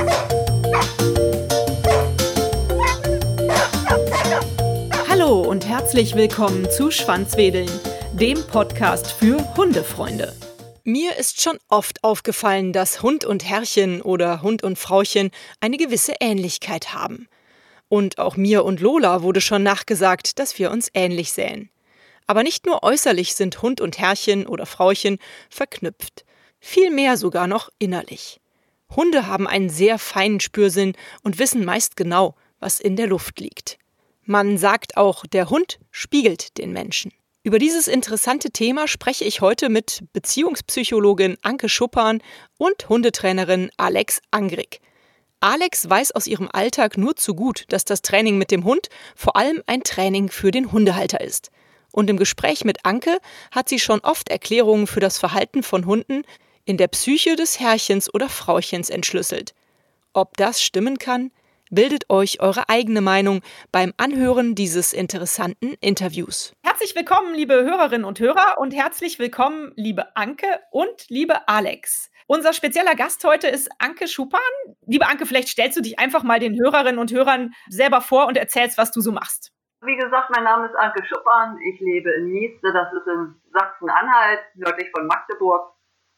Hallo und herzlich willkommen zu Schwanzwedeln, dem Podcast für Hundefreunde. Mir ist schon oft aufgefallen, dass Hund und Herrchen oder Hund und Frauchen eine gewisse Ähnlichkeit haben. Und auch mir und Lola wurde schon nachgesagt, dass wir uns ähnlich sähen. Aber nicht nur äußerlich sind Hund und Herrchen oder Frauchen verknüpft, viel mehr sogar noch innerlich. Hunde haben einen sehr feinen Spürsinn und wissen meist genau, was in der Luft liegt. Man sagt auch, der Hund spiegelt den Menschen. Über dieses interessante Thema spreche ich heute mit Beziehungspsychologin Anke Schuppan und Hundetrainerin Alex Angrig. Alex weiß aus ihrem Alltag nur zu gut, dass das Training mit dem Hund vor allem ein Training für den Hundehalter ist. Und im Gespräch mit Anke hat sie schon oft Erklärungen für das Verhalten von Hunden in der Psyche des Herrchens oder Frauchens entschlüsselt. Ob das stimmen kann? Bildet euch eure eigene Meinung beim Anhören dieses interessanten Interviews. Herzlich willkommen, liebe Hörerinnen und Hörer, und herzlich willkommen, liebe Anke und liebe Alex. Unser spezieller Gast heute ist Anke Schuppan. Liebe Anke, vielleicht stellst du dich einfach mal den Hörerinnen und Hörern selber vor und erzählst, was du so machst. Wie gesagt, mein Name ist Anke Schuppan. Ich lebe in Mieste, das ist in Sachsen-Anhalt, nördlich von Magdeburg.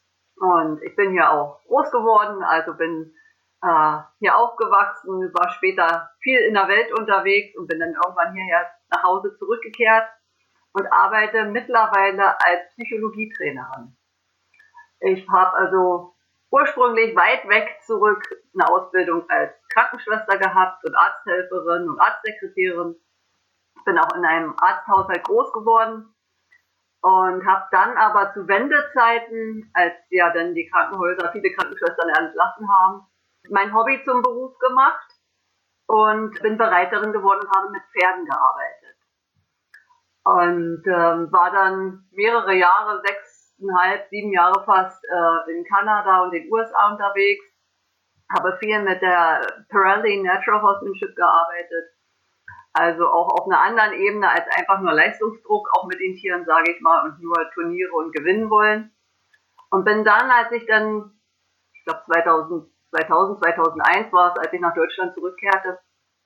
Und ich bin hier auch groß geworden, also bin hier aufgewachsen, war später viel in der Welt unterwegs und bin dann irgendwann hierher nach Hause zurückgekehrt und arbeite mittlerweile als Psychologietrainerin. Ich habe also ursprünglich weit weg zurück eine Ausbildung als Krankenschwester gehabt und Arzthelferin und Arztsekretärin. Bin auch in einem Arzthaushalt groß geworden und habe dann aber zu Wendezeiten, als ja dann die Krankenhäuser viele Krankenschwestern entlassen haben, mein Hobby zum Beruf gemacht und bin Bereiterin geworden und habe mit Pferden gearbeitet. Und war dann mehrere Jahre, 6,5, 7 Jahre fast in Kanada und den USA unterwegs. Habe viel mit der Pirelli Natural Horsemanship gearbeitet. Also auch auf einer anderen Ebene als einfach nur Leistungsdruck, auch mit den Tieren, sage ich mal, und nur Turniere und gewinnen wollen. Und bin dann, als ich dann, ich glaube 2001 war es, als ich nach Deutschland zurückkehrte,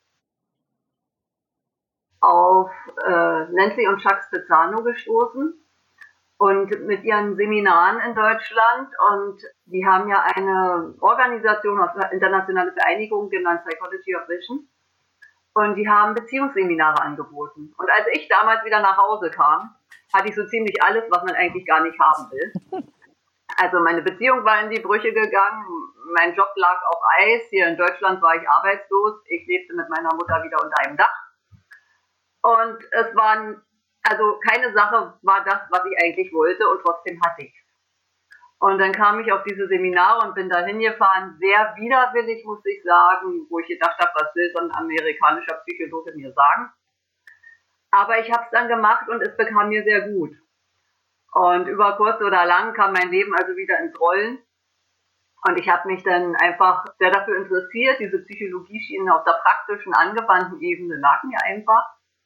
auf Nancy und Chuck Spezzano gestoßen und mit ihren Seminaren in Deutschland. Und die haben ja eine Organisation, eine internationale Vereinigung genannt Psychology of Vision. Und die haben Beziehungsseminare angeboten. Und als ich damals wieder nach Hause kam, hatte ich so ziemlich alles, was man eigentlich gar nicht haben will. Also meine Beziehung war in die Brüche gegangen, mein Job lag auf Eis, hier in Deutschland war ich arbeitslos, ich lebte mit meiner Mutter wieder unter einem Dach. Und es waren, also keine Sache war das, was ich eigentlich wollte, und trotzdem hatte ich. Und dann kam ich auf diese Seminare und bin da hingefahren, sehr widerwillig, muss ich sagen, wo ich gedacht habe, was will so ein amerikanischer Psychologe mir sagen. Aber ich habe es dann gemacht und es bekam mir sehr gut. Und über kurz oder lang kam mein Leben also wieder ins Rollen. Und ich habe mich dann einfach sehr dafür interessiert, diese Psychologie-Schienen auf der praktischen, angewandten Ebene lag mir einfach.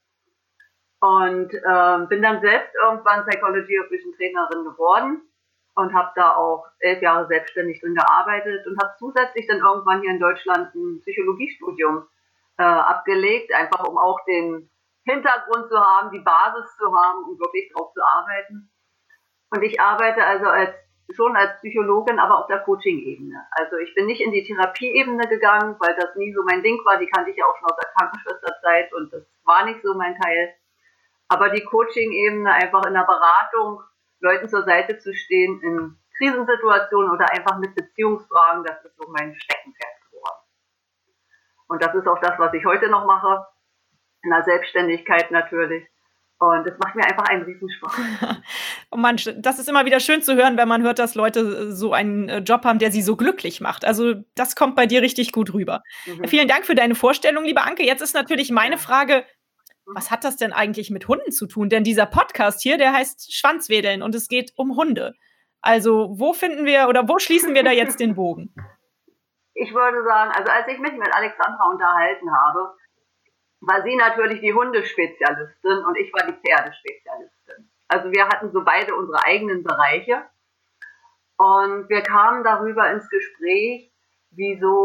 Und bin dann selbst irgendwann Psychology of Vision Trainerin geworden. Und habe da auch 11 Jahre selbstständig drin gearbeitet und habe zusätzlich dann irgendwann hier in Deutschland ein Psychologiestudium abgelegt, einfach um auch den Hintergrund zu haben, die Basis zu haben, um wirklich drauf zu arbeiten. Und ich arbeite also schon als Psychologin, aber auf der Coaching-Ebene. Also ich bin nicht in die Therapieebene gegangen, weil das nie so mein Ding war, die kannte ich ja auch schon aus der Krankenschwesterzeit und das war nicht so mein Teil. Aber die Coaching-Ebene, einfach in der Beratung, Leuten zur Seite zu stehen in Krisensituationen oder einfach mit Beziehungsfragen, das ist so mein Steckenpferd geworden. Und das ist auch das, was ich heute noch mache, in der Selbstständigkeit natürlich. Und es macht mir einfach einen Riesenspaß. Oh Mann, das ist immer wieder schön zu hören, wenn man hört, dass Leute so einen Job haben, der sie so glücklich macht. Also das kommt bei dir richtig gut rüber. Vielen Dank für deine Vorstellung, liebe Anke. Jetzt ist natürlich meine Frage, was hat das denn eigentlich mit Hunden zu tun? Denn dieser Podcast hier, der heißt Schwanzwedeln und es geht um Hunde. Also wo schließen wir da jetzt den Bogen? Ich würde sagen, also als ich mich mit Alexandra unterhalten habe, war sie natürlich die Hundespezialistin und ich war die Pferdespezialistin. Also wir hatten so beide unsere eigenen Bereiche und wir kamen darüber ins Gespräch, wieso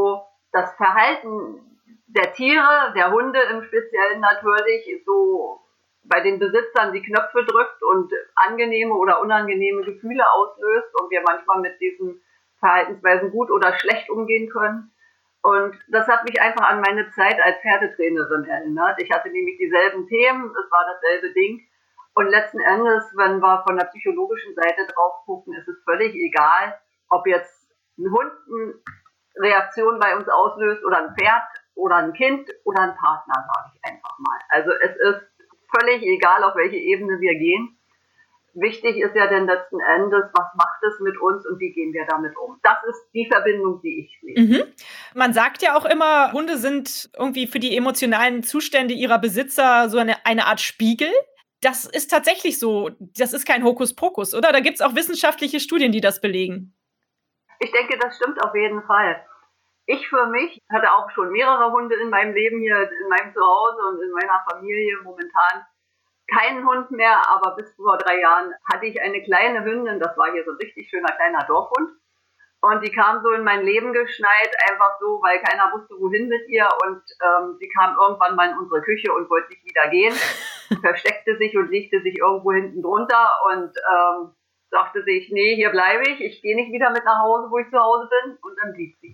das Verhalten der Tiere, der Hunde im Speziellen natürlich, so bei den Besitzern die Knöpfe drückt und angenehme oder unangenehme Gefühle auslöst und wir manchmal mit diesen Verhaltensweisen gut oder schlecht umgehen können. Und das hat mich einfach an meine Zeit als Pferdetrainerin erinnert. Ich hatte nämlich dieselben Themen, es war dasselbe Ding. Und letzten Endes, wenn wir von der psychologischen Seite drauf gucken, ist es völlig egal, ob jetzt ein Hund eine Reaktion bei uns auslöst oder ein Pferd oder ein Kind oder ein Partner, sage ich einfach mal. Also es ist völlig egal, auf welche Ebene wir gehen. Wichtig ist ja dann letzten Endes, was macht es mit uns und wie gehen wir damit um? Das ist die Verbindung, die ich sehe. Mhm. Man sagt ja auch immer, Hunde sind irgendwie für die emotionalen Zustände ihrer Besitzer so eine Art Spiegel. Das ist tatsächlich so. Das ist kein Hokuspokus, oder? Da gibt es auch wissenschaftliche Studien, die das belegen. Ich denke, das stimmt auf jeden Fall. Ich für mich hatte auch schon mehrere Hunde in meinem Leben hier, in meinem Zuhause und in meiner Familie. Momentan keinen Hund mehr, aber bis vor 3 Jahren hatte ich eine kleine Hündin, das war hier so ein richtig schöner kleiner Dorfhund. Und die kam so in mein Leben geschneit, einfach so, weil keiner wusste, wohin mit ihr. Und sie kam irgendwann mal in unsere Küche und wollte nicht wieder gehen, versteckte sich und legte sich irgendwo hinten drunter und sagte sich, nee, hier bleibe ich gehe nicht wieder mit nach Hause, wo ich zu Hause bin. Und dann blieb sie.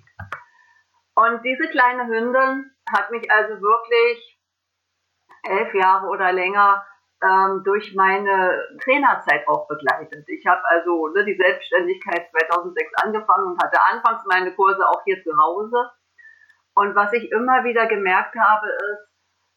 Und diese kleine Hündin hat mich also wirklich 11 Jahre oder länger durch meine Trainerzeit auch begleitet. Ich habe also die Selbstständigkeit 2006 angefangen und hatte anfangs meine Kurse auch hier zu Hause. Und was ich immer wieder gemerkt habe, ist,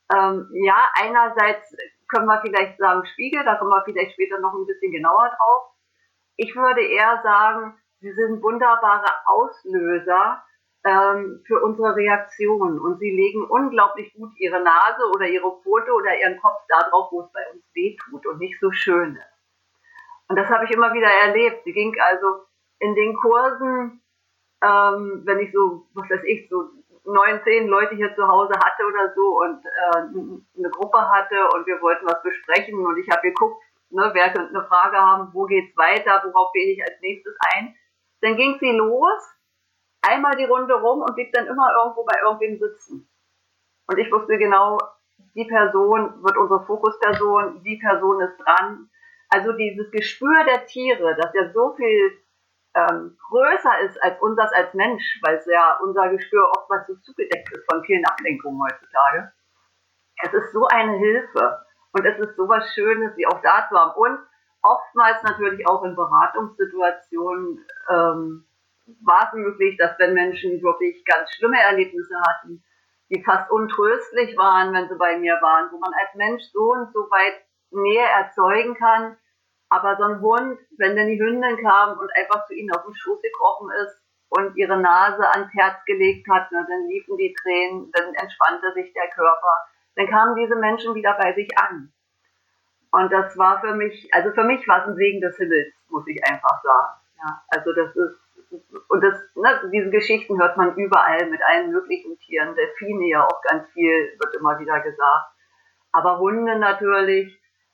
ja, einerseits können wir vielleicht sagen Spiegel, da kommen wir vielleicht später noch ein bisschen genauer drauf. Ich würde eher sagen, sie sind wunderbare Auslöser für unsere Reaktion und sie legen unglaublich gut ihre Nase oder ihre Pfote oder ihren Kopf da drauf, wo es bei uns weh tut und nicht so schön ist. Und das habe ich immer wieder erlebt. Sie ging also in den Kursen, wenn ich so, was weiß ich, so 9, 10 Leute hier zu Hause hatte oder so und eine Gruppe hatte und wir wollten was besprechen und ich habe geguckt, wer könnte eine Frage haben, wo geht's weiter, worauf gehe ich als nächstes ein. Dann ging sie los, einmal die Runde rum und blieb dann immer irgendwo bei irgendwem sitzen. Und ich wusste genau, die Person wird unsere Fokusperson, die Person ist dran. Also dieses Gespür der Tiere, das ja so viel größer ist als unseres als Mensch, weil es ja unser Gespür oftmals so zugedeckt ist von vielen Ablenkungen heutzutage. Es ist so eine Hilfe und es ist so was Schönes, sie auch da zu haben. Und oftmals natürlich auch in Beratungssituationen war es möglich, dass wenn Menschen wirklich ganz schlimme Erlebnisse hatten, die fast untröstlich waren, wenn sie bei mir waren, wo man als Mensch so und so weit Nähe erzeugen kann. Aber so ein Hund, wenn dann die Hündin kam und einfach zu ihnen auf den Schoß gekrochen ist und ihre Nase ans Herz gelegt hat, dann liefen die Tränen, dann entspannte sich der Körper, dann kamen diese Menschen wieder bei sich an. Und das war für mich war es ein Segen des Himmels, muss ich einfach sagen. Ja, also das ist, und diese Geschichten hört man überall mit allen möglichen Tieren, Delfine ja auch ganz viel, wird immer wieder gesagt. Aber Hunde natürlich,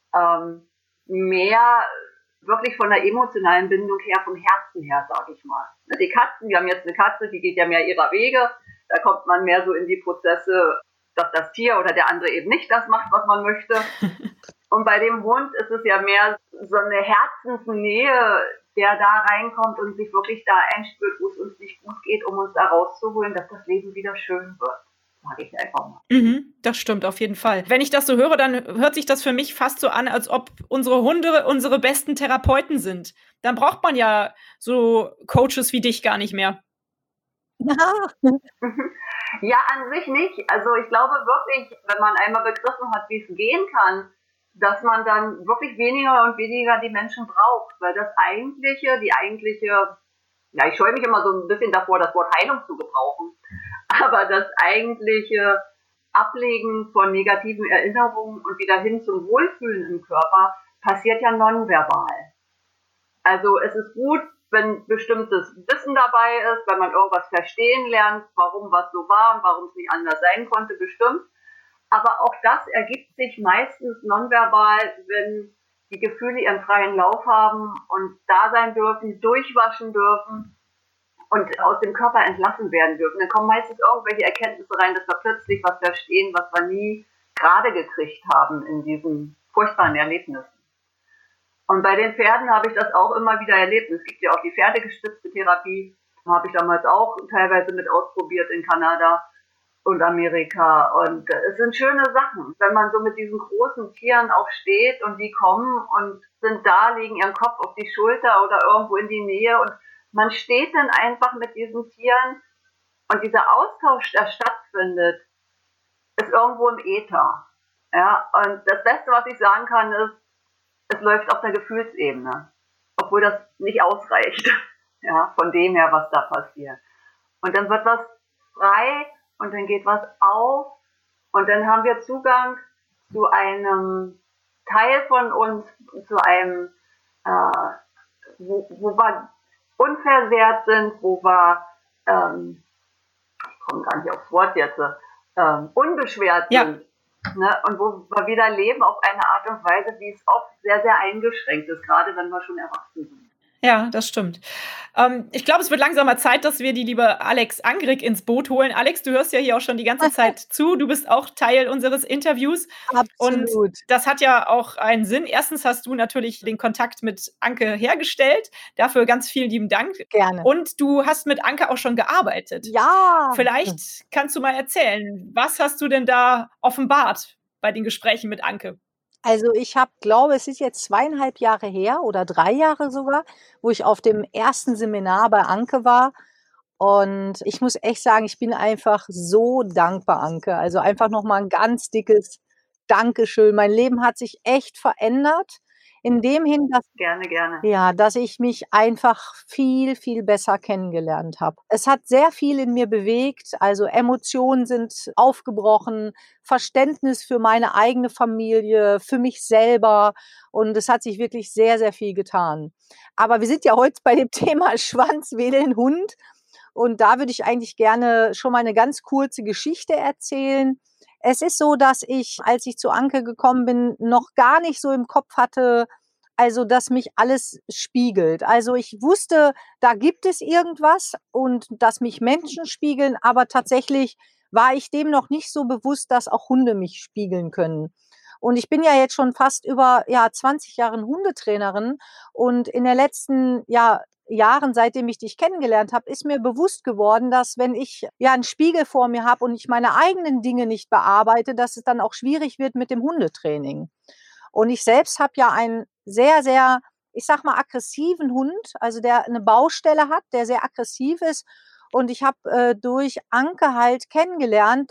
mehr wirklich von der emotionalen Bindung her, vom Herzen her, sage ich mal. Die Katzen, wir haben jetzt eine Katze, die geht ja mehr ihrer Wege, da kommt man mehr so in die Prozesse, dass das Tier oder der andere eben nicht das macht, was man möchte. Und bei dem Hund ist es ja mehr so eine Herzensnähe, der da reinkommt und sich wirklich da einspürt, wo es uns nicht gut geht, um uns da rauszuholen, dass das Leben wieder schön wird. Sag ich einfach mal. Das stimmt auf jeden Fall. Wenn ich das so höre, dann hört sich das für mich fast so an, als ob unsere Hunde unsere besten Therapeuten sind. Dann braucht man ja so Coaches wie dich gar nicht mehr. Ja, an sich nicht. Also ich glaube wirklich, wenn man einmal begriffen hat, wie es gehen kann, dass man dann wirklich weniger und weniger die Menschen braucht. Weil die eigentliche, ja, ich scheue mich immer so ein bisschen davor, das Wort Heilung zu gebrauchen. Aber das eigentliche Ablegen von negativen Erinnerungen und wieder hin zum Wohlfühlen im Körper passiert ja nonverbal. Also es ist gut, wenn bestimmtes Wissen dabei ist, wenn man irgendwas verstehen lernt, warum was so war und warum es nicht anders sein konnte, bestimmt. Aber auch das ergibt sich meistens nonverbal, wenn die Gefühle ihren freien Lauf haben und da sein dürfen, durchwaschen dürfen. und aus dem Körper entlassen werden dürfen. Dann kommen meistens irgendwelche Erkenntnisse rein, dass wir plötzlich was verstehen, was wir nie gerade gekriegt haben in diesen furchtbaren Erlebnissen. Und bei den Pferden habe ich das auch immer wieder erlebt. Es gibt ja auch die pferdegestützte Therapie, habe ich damals auch teilweise mit ausprobiert in Kanada und Amerika. Und es sind schöne Sachen, wenn man so mit diesen großen Tieren auch steht und die kommen und sind da, legen ihren Kopf auf die Schulter oder irgendwo in die Nähe und man steht dann einfach mit diesen Tieren und dieser Austausch, der stattfindet, ist irgendwo im Äther. Ja, und das Beste, was ich sagen kann, ist, es läuft auf der Gefühlsebene, obwohl das nicht ausreicht, ja, von dem her, was da passiert. Und dann wird was frei und dann geht was auf und dann haben wir Zugang zu einem Teil von uns, zu einem, wo wir unversehrt sind, wo wir, ich komme gar nicht aufs Wort jetzt, unbeschwert sind. Ne? Und wo wir wieder leben auf eine Art und Weise, wie es oft sehr, sehr eingeschränkt ist, gerade wenn wir schon erwachsen sind. Ja, das stimmt. Ich glaube, es wird langsam mal Zeit, dass wir die liebe Alex Angrig ins Boot holen. Alex, du hörst ja hier auch schon die ganze Zeit zu. Du bist auch Teil unseres Interviews. Absolut. Und das hat ja auch einen Sinn. Erstens hast du natürlich den Kontakt mit Anke hergestellt. Dafür ganz vielen lieben Dank. Gerne. Und du hast mit Anke auch schon gearbeitet. Ja. Vielleicht kannst du mal erzählen, was hast du denn da offenbart bei den Gesprächen mit Anke? Also ich glaube, es ist jetzt 2,5 Jahre her oder 3 Jahre sogar, wo ich auf dem ersten Seminar bei Anke war. Und ich muss echt sagen, ich bin einfach so dankbar, Anke. Also einfach nochmal ein ganz dickes Dankeschön. Mein Leben hat sich echt verändert. In dem hin, dass Gerne. Ja, dass ich mich einfach viel, viel besser kennengelernt habe. Es hat sehr viel in mir bewegt, also Emotionen sind aufgebrochen, Verständnis für meine eigene Familie, für mich selber und es hat sich wirklich sehr, sehr viel getan. Aber wir sind ja heute bei dem Thema Schwanzwedeln, Hund und da würde ich eigentlich gerne schon mal eine ganz kurze Geschichte erzählen. Es ist so, dass ich, als ich zu Anke gekommen bin, noch gar nicht so im Kopf hatte, also, dass mich alles spiegelt. Also, ich wusste, da gibt es irgendwas und dass mich Menschen spiegeln, aber tatsächlich war ich dem noch nicht so bewusst, dass auch Hunde mich spiegeln können. Und ich bin ja jetzt schon fast über, 20 Jahren Hundetrainerin und in den letzten, Jahren, seitdem ich dich kennengelernt habe, ist mir bewusst geworden, dass wenn ich, 'n Spiegel vor mir habe und ich meine eigenen Dinge nicht bearbeite, dass es dann auch schwierig wird mit dem Hundetraining. Und ich selbst habe ja einen sehr, sehr, ich sage mal, aggressiven Hund, also der eine Baustelle hat, der sehr aggressiv ist. Und ich habe, durch Anke halt kennengelernt,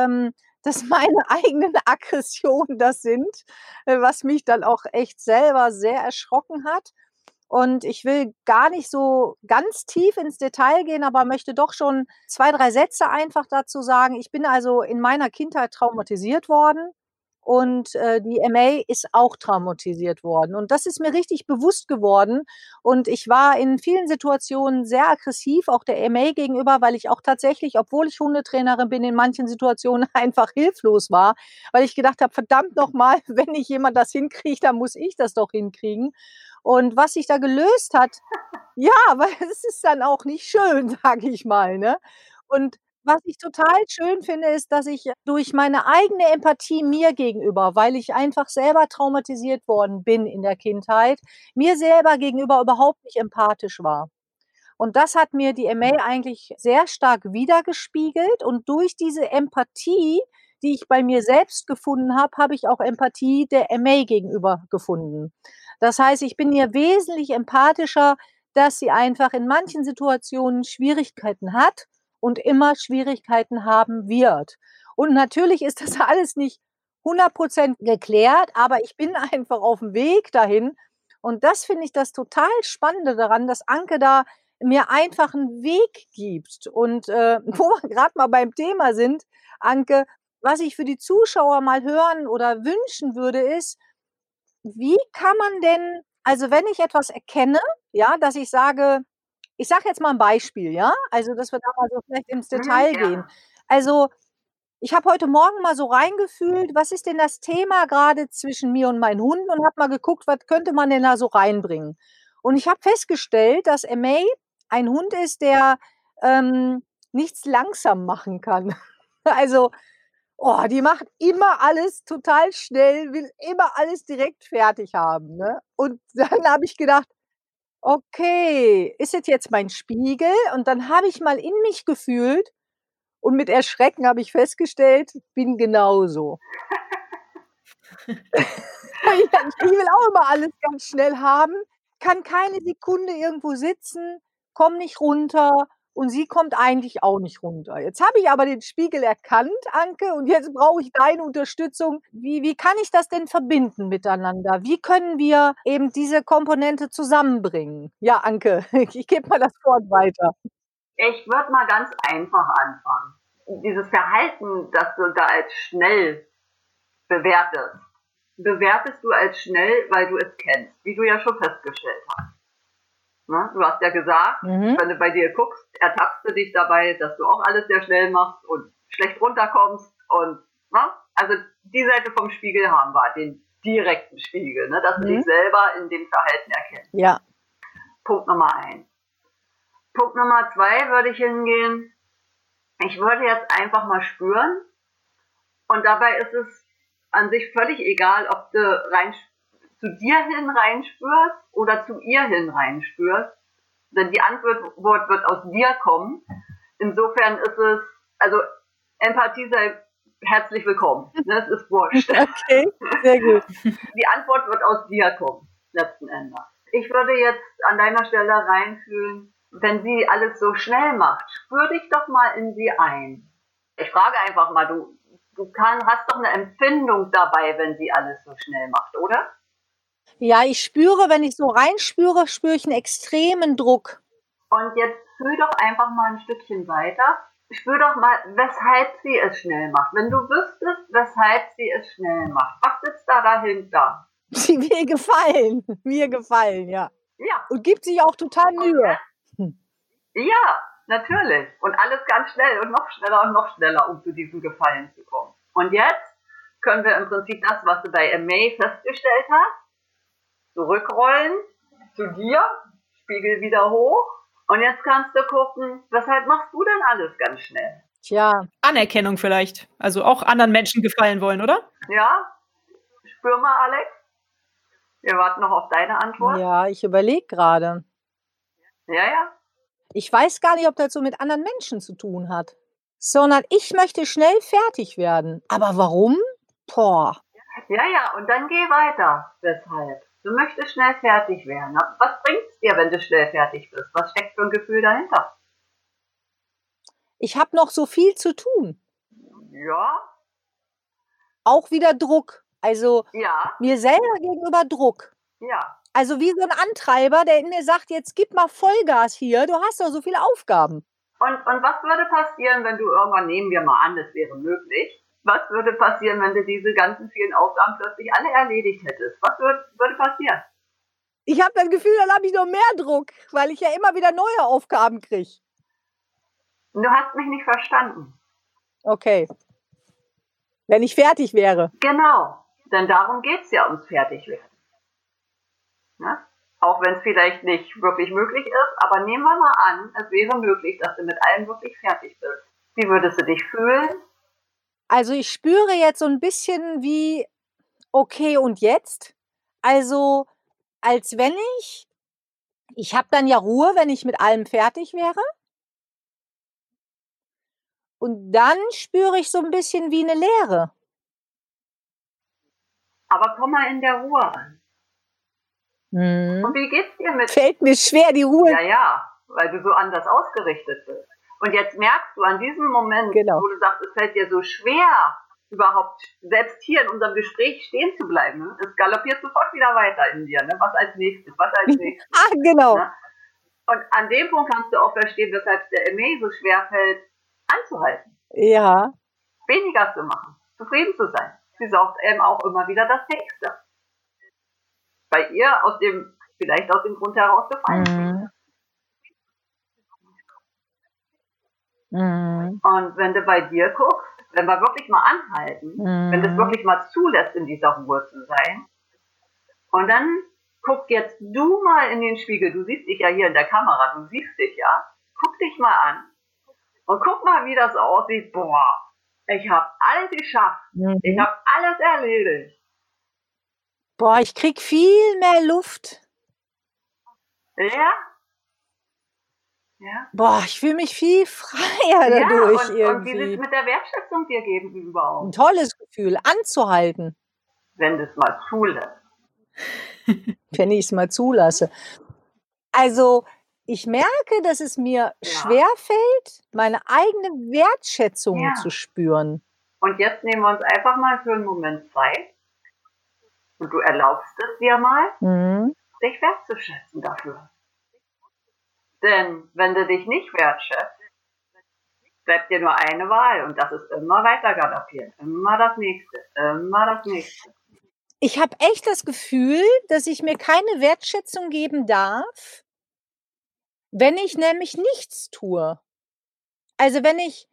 dass meine eigenen Aggressionen das sind, was mich dann auch echt selber sehr erschrocken hat. Und ich will gar nicht so ganz tief ins Detail gehen, aber möchte doch schon 2, 3 Sätze einfach dazu sagen. Ich bin also in meiner Kindheit traumatisiert worden und, die MA ist auch traumatisiert worden. Und das ist mir richtig bewusst geworden. Und ich war in vielen Situationen sehr aggressiv, auch der MA gegenüber, weil ich auch tatsächlich, obwohl ich Hundetrainerin bin, in manchen Situationen einfach hilflos war, weil ich gedacht habe: „Verdammt noch mal, wenn nicht jemand das hinkriegt, dann muss ich das doch hinkriegen.“ Und was sich da gelöst hat, ja, weil es ist dann auch nicht schön, sage ich mal, ne? Und was ich total schön finde, ist, dass ich durch meine eigene Empathie mir gegenüber, weil ich einfach selber traumatisiert worden bin in der Kindheit, mir selber gegenüber überhaupt nicht empathisch war. Und das hat mir die MA eigentlich sehr stark widergespiegelt und durch diese Empathie, die ich bei mir selbst gefunden habe, habe ich auch Empathie der MA gegenüber gefunden. Das heißt, ich bin ihr wesentlich empathischer, dass sie einfach in manchen Situationen Schwierigkeiten hat und immer Schwierigkeiten haben wird. Und natürlich ist das alles nicht 100% geklärt, aber ich bin einfach auf'm Weg dahin. Und das finde ich das total Spannende daran, dass Anke da mir einfach 'n Weg gibt. Und, wo wir grad mal beim Thema sind, Anke, was ich für die Zuschauer mal hören oder wünschen würde, ist, wie kann man denn, also, wenn ich etwas erkenne, ja, dass ich sage, ich sage jetzt mal 'n Beispiel, ja? Also, dass wir da mal so vielleicht ins Detail gehen. Gerne. Also, ich habe heute Morgen mal so reingefühlt, was ist denn das Thema grade zwischen mir und meinen Hunden und habe mal geguckt, was könnte man denn da so reinbringen? Und ich habe festgestellt, dass MA ein Hund ist, der, nichts langsam machen kann. Also, die macht immer alles total schnell, will immer alles direkt fertig haben, ne? Und dann habe ich gedacht: „Okay, ist es jetzt mein Spiegel?“ Und dann habe ich mal in mich gefühlt und mit Erschrecken habe ich festgestellt, ich bin genauso. Ich will auch immer alles ganz schnell haben, kann keine Sekunde irgendwo sitzen, komme nicht runter und sie kommt eigentlich auch nicht runter. Jetzt habe ich aber den Spiegel erkannt, Anke, und jetzt brauche ich deine Unterstützung. Wie kann ich das denn verbinden miteinander? Wie können wir eben diese Komponente zusammenbringen? Ja, Anke, ich gebe mal das Wort weiter. Ich würde mal ganz einfach anfangen. Dieses Verhalten, das du da als schnell bewertest du als schnell, weil du es kennst, wie du ja schon festgestellt hast. Ne? Du hast ja gesagt, wenn du bei dir guckst, ertappst du dich dabei, dass du auch alles sehr schnell machst und schlecht runterkommst. Und also die Seite vom Spiegel haben wir, den direkten Spiegel, ne? Dass du dich selber in dem Verhalten erkennst. Ja. Punkt Nummer 1. Punkt Nummer 2 würde ich hingehen, ich würde jetzt einfach mal spüren und dabei ist es an sich völlig egal, ob du zu dir hin reinspürst oder zu ihr hin reinspürst, denn die Antwort wird aus dir kommen. Insofern ist es, also Empathie sei herzlich willkommen, ne? Es ist wurscht. Okay, sehr gut. Die Antwort wird aus dir kommen, letzten Endes. Ich würde jetzt an deiner Stelle reinfühlen, wenn sie alles so schnell macht, spür dich doch mal in sie ein. Ich frage einfach mal, du hast doch eine Empfindung dabei, wenn sie alles so schnell macht, oder? Ja, ich spüre, wenn ich so reinspüre, spüre ich einen extremen Druck. Und jetzt fühl doch einfach mal ein Stückchen weiter. Spür doch mal, weshalb sie es schnell macht. Wenn du wüsstest, weshalb sie es schnell macht, was sitzt da dahinter? Mir gefallen, ja. Ja. Und gibt sich auch total Mühe. Ja, natürlich. Und alles ganz schnell und noch schneller, um zu diesem Gefallen zu kommen. Und jetzt können wir im Prinzip das, was du bei May festgestellt hast, zurückrollen zu dir, Spiegel wieder hoch. Und jetzt kannst du gucken, weshalb machst du denn alles ganz schnell? Tja. Anerkennung vielleicht. Also auch anderen Menschen gefallen wollen, oder? Ja, spür mal, Alex. Wir warten noch auf deine Antwort. Ja, ich überlege gerade. Ja. Ich weiß gar nicht, ob das so mit anderen Menschen zu tun hat. Sondern ich möchte schnell fertig werden. Aber warum? Boah. Ja, und dann geh weiter. Weshalb? Du möchtest schnell fertig werden. Was bringt's dir, wenn du schnell fertig bist? Was steckt für ein Gefühl dahinter? Ich habe noch so viel zu tun. Ja. Auch wieder Druck. Also ja. Mir selber gegenüber Druck. Ja. Also wie so ein Antreiber, der in mir sagt, jetzt gib mal Vollgas hier, du hast doch so viele Aufgaben. Und was würde passieren, wenn du irgendwann, nehmen wir mal an, das wäre möglich, was würde passieren, wenn du diese ganzen vielen Aufgaben plötzlich alle erledigt hättest? Was würde passieren? Ich habe das Gefühl, dann habe ich noch mehr Druck, weil ich ja immer wieder neue Aufgaben kriege. Du hast mich nicht verstanden. Okay. Wenn ich fertig wäre. Genau, denn darum geht es ja, ums Fertigwerden. Ja? Auch wenn es vielleicht nicht wirklich möglich ist, aber nehmen wir mal an, es wäre möglich, dass du mit allem wirklich fertig bist. Wie würdest du dich fühlen? Also ich spüre jetzt so ein bisschen wie, okay, und jetzt? Also als wenn ich habe dann ja Ruhe, wenn ich mit allem fertig wäre. Und dann spüre ich so ein bisschen wie eine Leere. Aber komm mal in der Ruhe an. Und wie geht's dir mit? Fällt mir schwer, die Ruhe. Ja, weil du so anders ausgerichtet bist. Und jetzt merkst du an diesem Moment, wo du sagst, es fällt dir so schwer, überhaupt selbst hier in unserem Gespräch stehen zu bleiben. Ne? Es galoppiert sofort wieder weiter in dir. Ne? Was als nächstes? Genau. Ne? Und an dem Punkt kannst du auch verstehen, weshalb es der Aimee so schwer fällt, anzuhalten. Ja. Weniger zu machen, zufrieden zu sein. Sie saugt eben auch immer wieder das Nächste. Bei ihr vielleicht aus dem Grund heraus gefallen. Und wenn du bei dir guckst, wenn wir wirklich mal anhalten, wenn du es wirklich mal zulässt, in dieser Ruhe zu sein, und dann guck jetzt du mal in den Spiegel. Du siehst dich ja hier in der Kamera, du siehst dich ja. Guck dich mal an und guck mal, wie das aussieht. Boah, ich habe alles geschafft. Ich habe alles erledigt. Boah, ich krieg viel mehr Luft. Ja? Ja. Boah, ich fühle mich viel freier dadurch und irgendwie. wie sieht es mit der Wertschätzung dir gegenüber aus? Ein tolles Gefühl, anzuhalten, Wenn du es mal zulässt. wenn ich es mal zulasse. Also, ich merke, dass es mir schwerfällt, meine eigene Wertschätzung zu spüren. Und jetzt nehmen wir uns einfach mal für einen Moment Zeit und du erlaubst es dir mal, dich wertzuschätzen dafür. Denn wenn du dich nicht wertschätzt, bleibt dir nur eine Wahl und das ist immer weiter galoppieren. Immer das Nächste, immer das Nächste. Ich habe echt das Gefühl, dass ich mir keine Wertschätzung geben darf, wenn ich nämlich nichts tue. Also wenn ich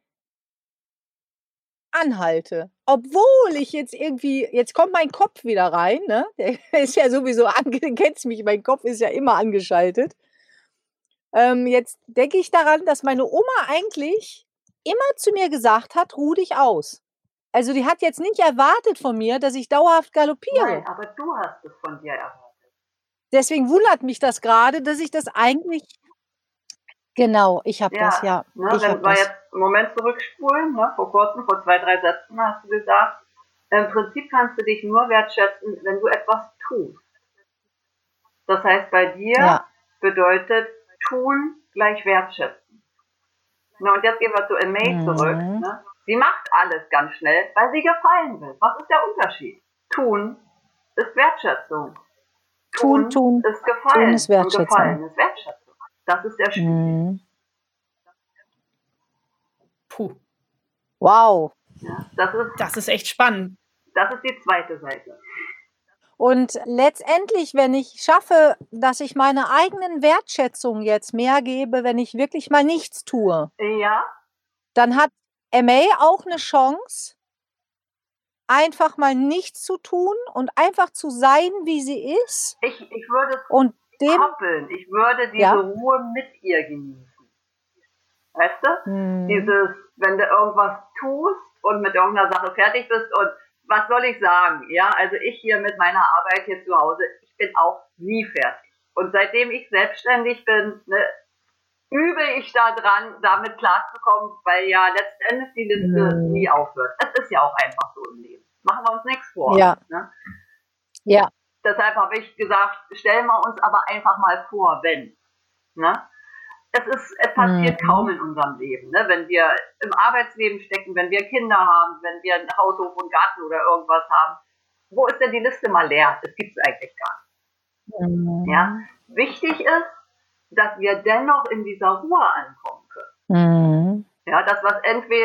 anhalte, obwohl ich jetzt irgendwie, jetzt kommt mein Kopf wieder rein, ne? Der ist ja sowieso, kennst mich, mein Kopf ist ja immer angeschaltet. Jetzt denke ich daran, dass meine Oma eigentlich immer zu mir gesagt hat, ruh dich aus. Also die hat jetzt nicht erwartet von mir, dass ich dauerhaft galoppiere. Nein, aber du hast es von dir erwartet. Deswegen wundert mich das gerade, dass ich das eigentlich... Genau, ich habe das, ja. Ne, wenn wir jetzt einen Moment zurückspulen, ne, vor kurzem, vor 2, 3 Sätzen hast du gesagt, im Prinzip kannst du dich nur wertschätzen, wenn du etwas tust. Das heißt, bei dir bedeutet tun gleich wertschätzen. Na, und jetzt gehen wir zu Aimee zurück. Ne? Sie macht alles ganz schnell, weil sie gefallen will. Was ist der Unterschied? Tun ist Wertschätzung. Tun ist Gefallen. Tun ist Wertschätzung. Und Gefallen ist Wertschätzung. Das ist der Spiel. Puh. Wow. Ja, das ist echt spannend. Das ist die zweite Seite. Und letztendlich, wenn ich schaffe, dass ich meine eigenen Wertschätzung jetzt mehr gebe, wenn ich wirklich mal nichts tue, dann hat Aimee auch eine Chance, einfach mal nichts zu tun und einfach zu sein, wie sie ist. Ich würde es koppeln. Ich würde diese Ruhe mit ihr genießen. Weißt du? Dieses, wenn du irgendwas tust und mit irgendeiner Sache fertig bist und was soll ich sagen? Ja, also ich hier mit meiner Arbeit hier zu Hause, ich bin auch nie fertig. Und seitdem ich selbstständig bin, ne, übe ich da dran, damit klarzukommen, weil ja letztendlich die Liste nie aufhört. Es ist ja auch einfach so im Leben. Machen wir uns nichts vor. Ja. Ne? Ja. Deshalb habe ich gesagt, stellen wir uns aber einfach mal vor, wenn. Ne? Es passiert kaum in unserem Leben, ne? Wenn wir im Arbeitsleben stecken, wenn wir Kinder haben, wenn wir einen Haus, Hof und Garten oder irgendwas haben. Wo ist denn die Liste mal leer? Das gibt es eigentlich gar nicht. Ja? Wichtig ist, dass wir dennoch in dieser Ruhe ankommen können. Ja, das, was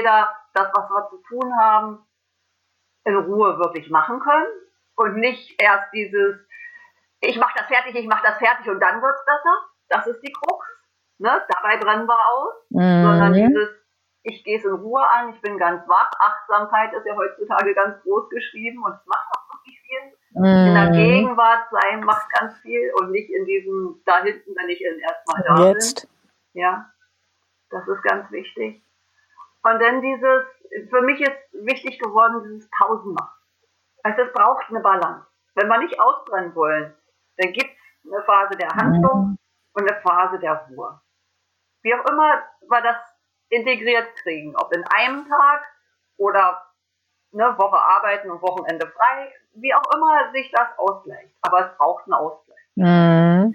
wir zu tun haben, in Ruhe wirklich machen können und nicht erst dieses, ich mache das fertig und dann wird's besser. Das ist die Krux. Ne? Dabei brennen wir aus. Sondern dieses, ich gehe es in Ruhe an, ich bin ganz wach. Achtsamkeit ist ja heutzutage ganz groß geschrieben und es macht auch wirklich viel. In der Gegenwart sein macht ganz viel und nicht in diesem, da hinten, wenn ich erstmal da bin. Ja, das ist ganz wichtig. Und dann für mich ist wichtig geworden, dieses Pausen machen. Also es braucht eine Balance. Wenn wir nicht ausbrennen wollen, dann gibt es eine Phase der Handlung und eine Phase der Ruhe. Wie auch immer wir das integriert kriegen, ob in einem Tag oder eine Woche arbeiten und Wochenende frei, wie auch immer sich das ausgleicht. Aber es braucht einen Ausgleich. Ja.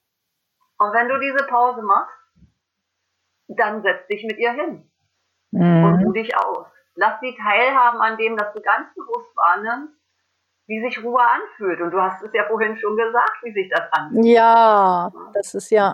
Und wenn du diese Pause machst, dann setz dich mit ihr hin und ruh dich aus. Lass sie teilhaben an dem, dass du ganz bewusst wahrnimmst, wie sich Ruhe anfühlt. Und du hast es ja vorhin schon gesagt, wie sich das anfühlt. Ja, das ist ja.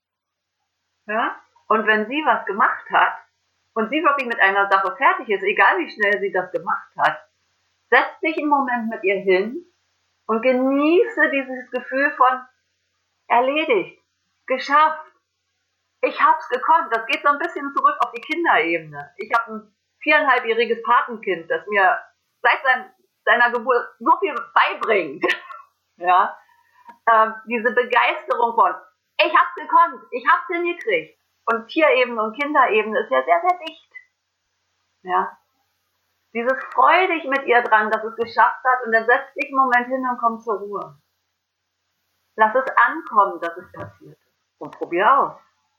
Und wenn sie was gemacht hat und sie wirklich mit einer Sache fertig ist, egal wie schnell sie das gemacht hat, setz dich einen Moment mit ihr hin und genieße dieses Gefühl von erledigt, geschafft. Ich hab's gekonnt. Das geht so ein bisschen zurück auf die Kinderebene. Ich habe ein 4,5-jähriges Patenkind, das mir seit seiner Geburt so viel beibringt. Ja. diese Begeisterung von, ich hab's gekonnt, ich hab's hingekriegt. Und Tierebene und Kinderebene ist ja sehr, sehr dicht. Ja. Dieses freu dich mit ihr dran, dass es geschafft hat, und dann setz dich einen Moment hin und komm zur Ruhe. Lass es ankommen, dass es passiert ist. Und probier aus.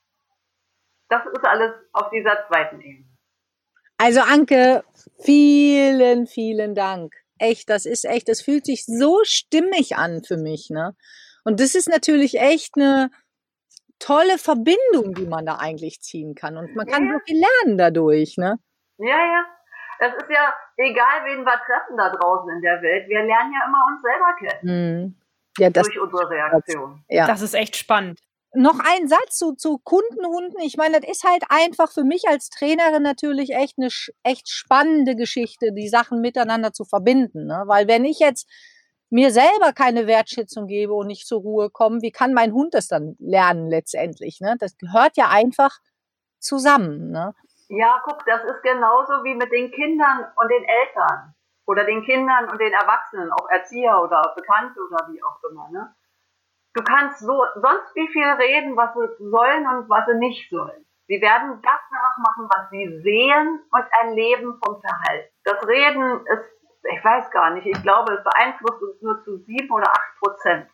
Das ist alles auf dieser zweiten Ebene. Also Anke, vielen, vielen Dank. Echt, das fühlt sich so stimmig an für mich, ne? Und das ist natürlich echt eine tolle Verbindung, die man da eigentlich ziehen kann. Und man kann so viel lernen dadurch, ne? Ja. Das ist ja egal, wen wir treffen da draußen in der Welt. Wir lernen ja immer uns selber kennen. Ja, durch unsere Reaktion. Ja. Das ist echt spannend. Noch ein Satz zu Kundenhunden. Ich meine, das ist halt einfach für mich als Trainerin natürlich echt eine echt spannende Geschichte, die Sachen miteinander zu verbinden, ne? Weil wenn ich jetzt mir selber keine Wertschätzung gebe und nicht zur Ruhe komme, wie kann mein Hund das dann lernen letztendlich, ne? Das gehört ja einfach zusammen, ne? Ja, guck, das ist genauso wie mit den Kindern und den Eltern oder den Kindern und den Erwachsenen, auch Erzieher oder Bekannte oder wie auch immer, ne? Du kannst so sonst wie viel reden, was sie sollen und was sie nicht sollen. Sie werden das nachmachen, was sie sehen und erleben vom Verhalten. Das Reden ist, ich weiß gar nicht, ich glaube, es beeinflusst uns nur zu 7 oder 8%.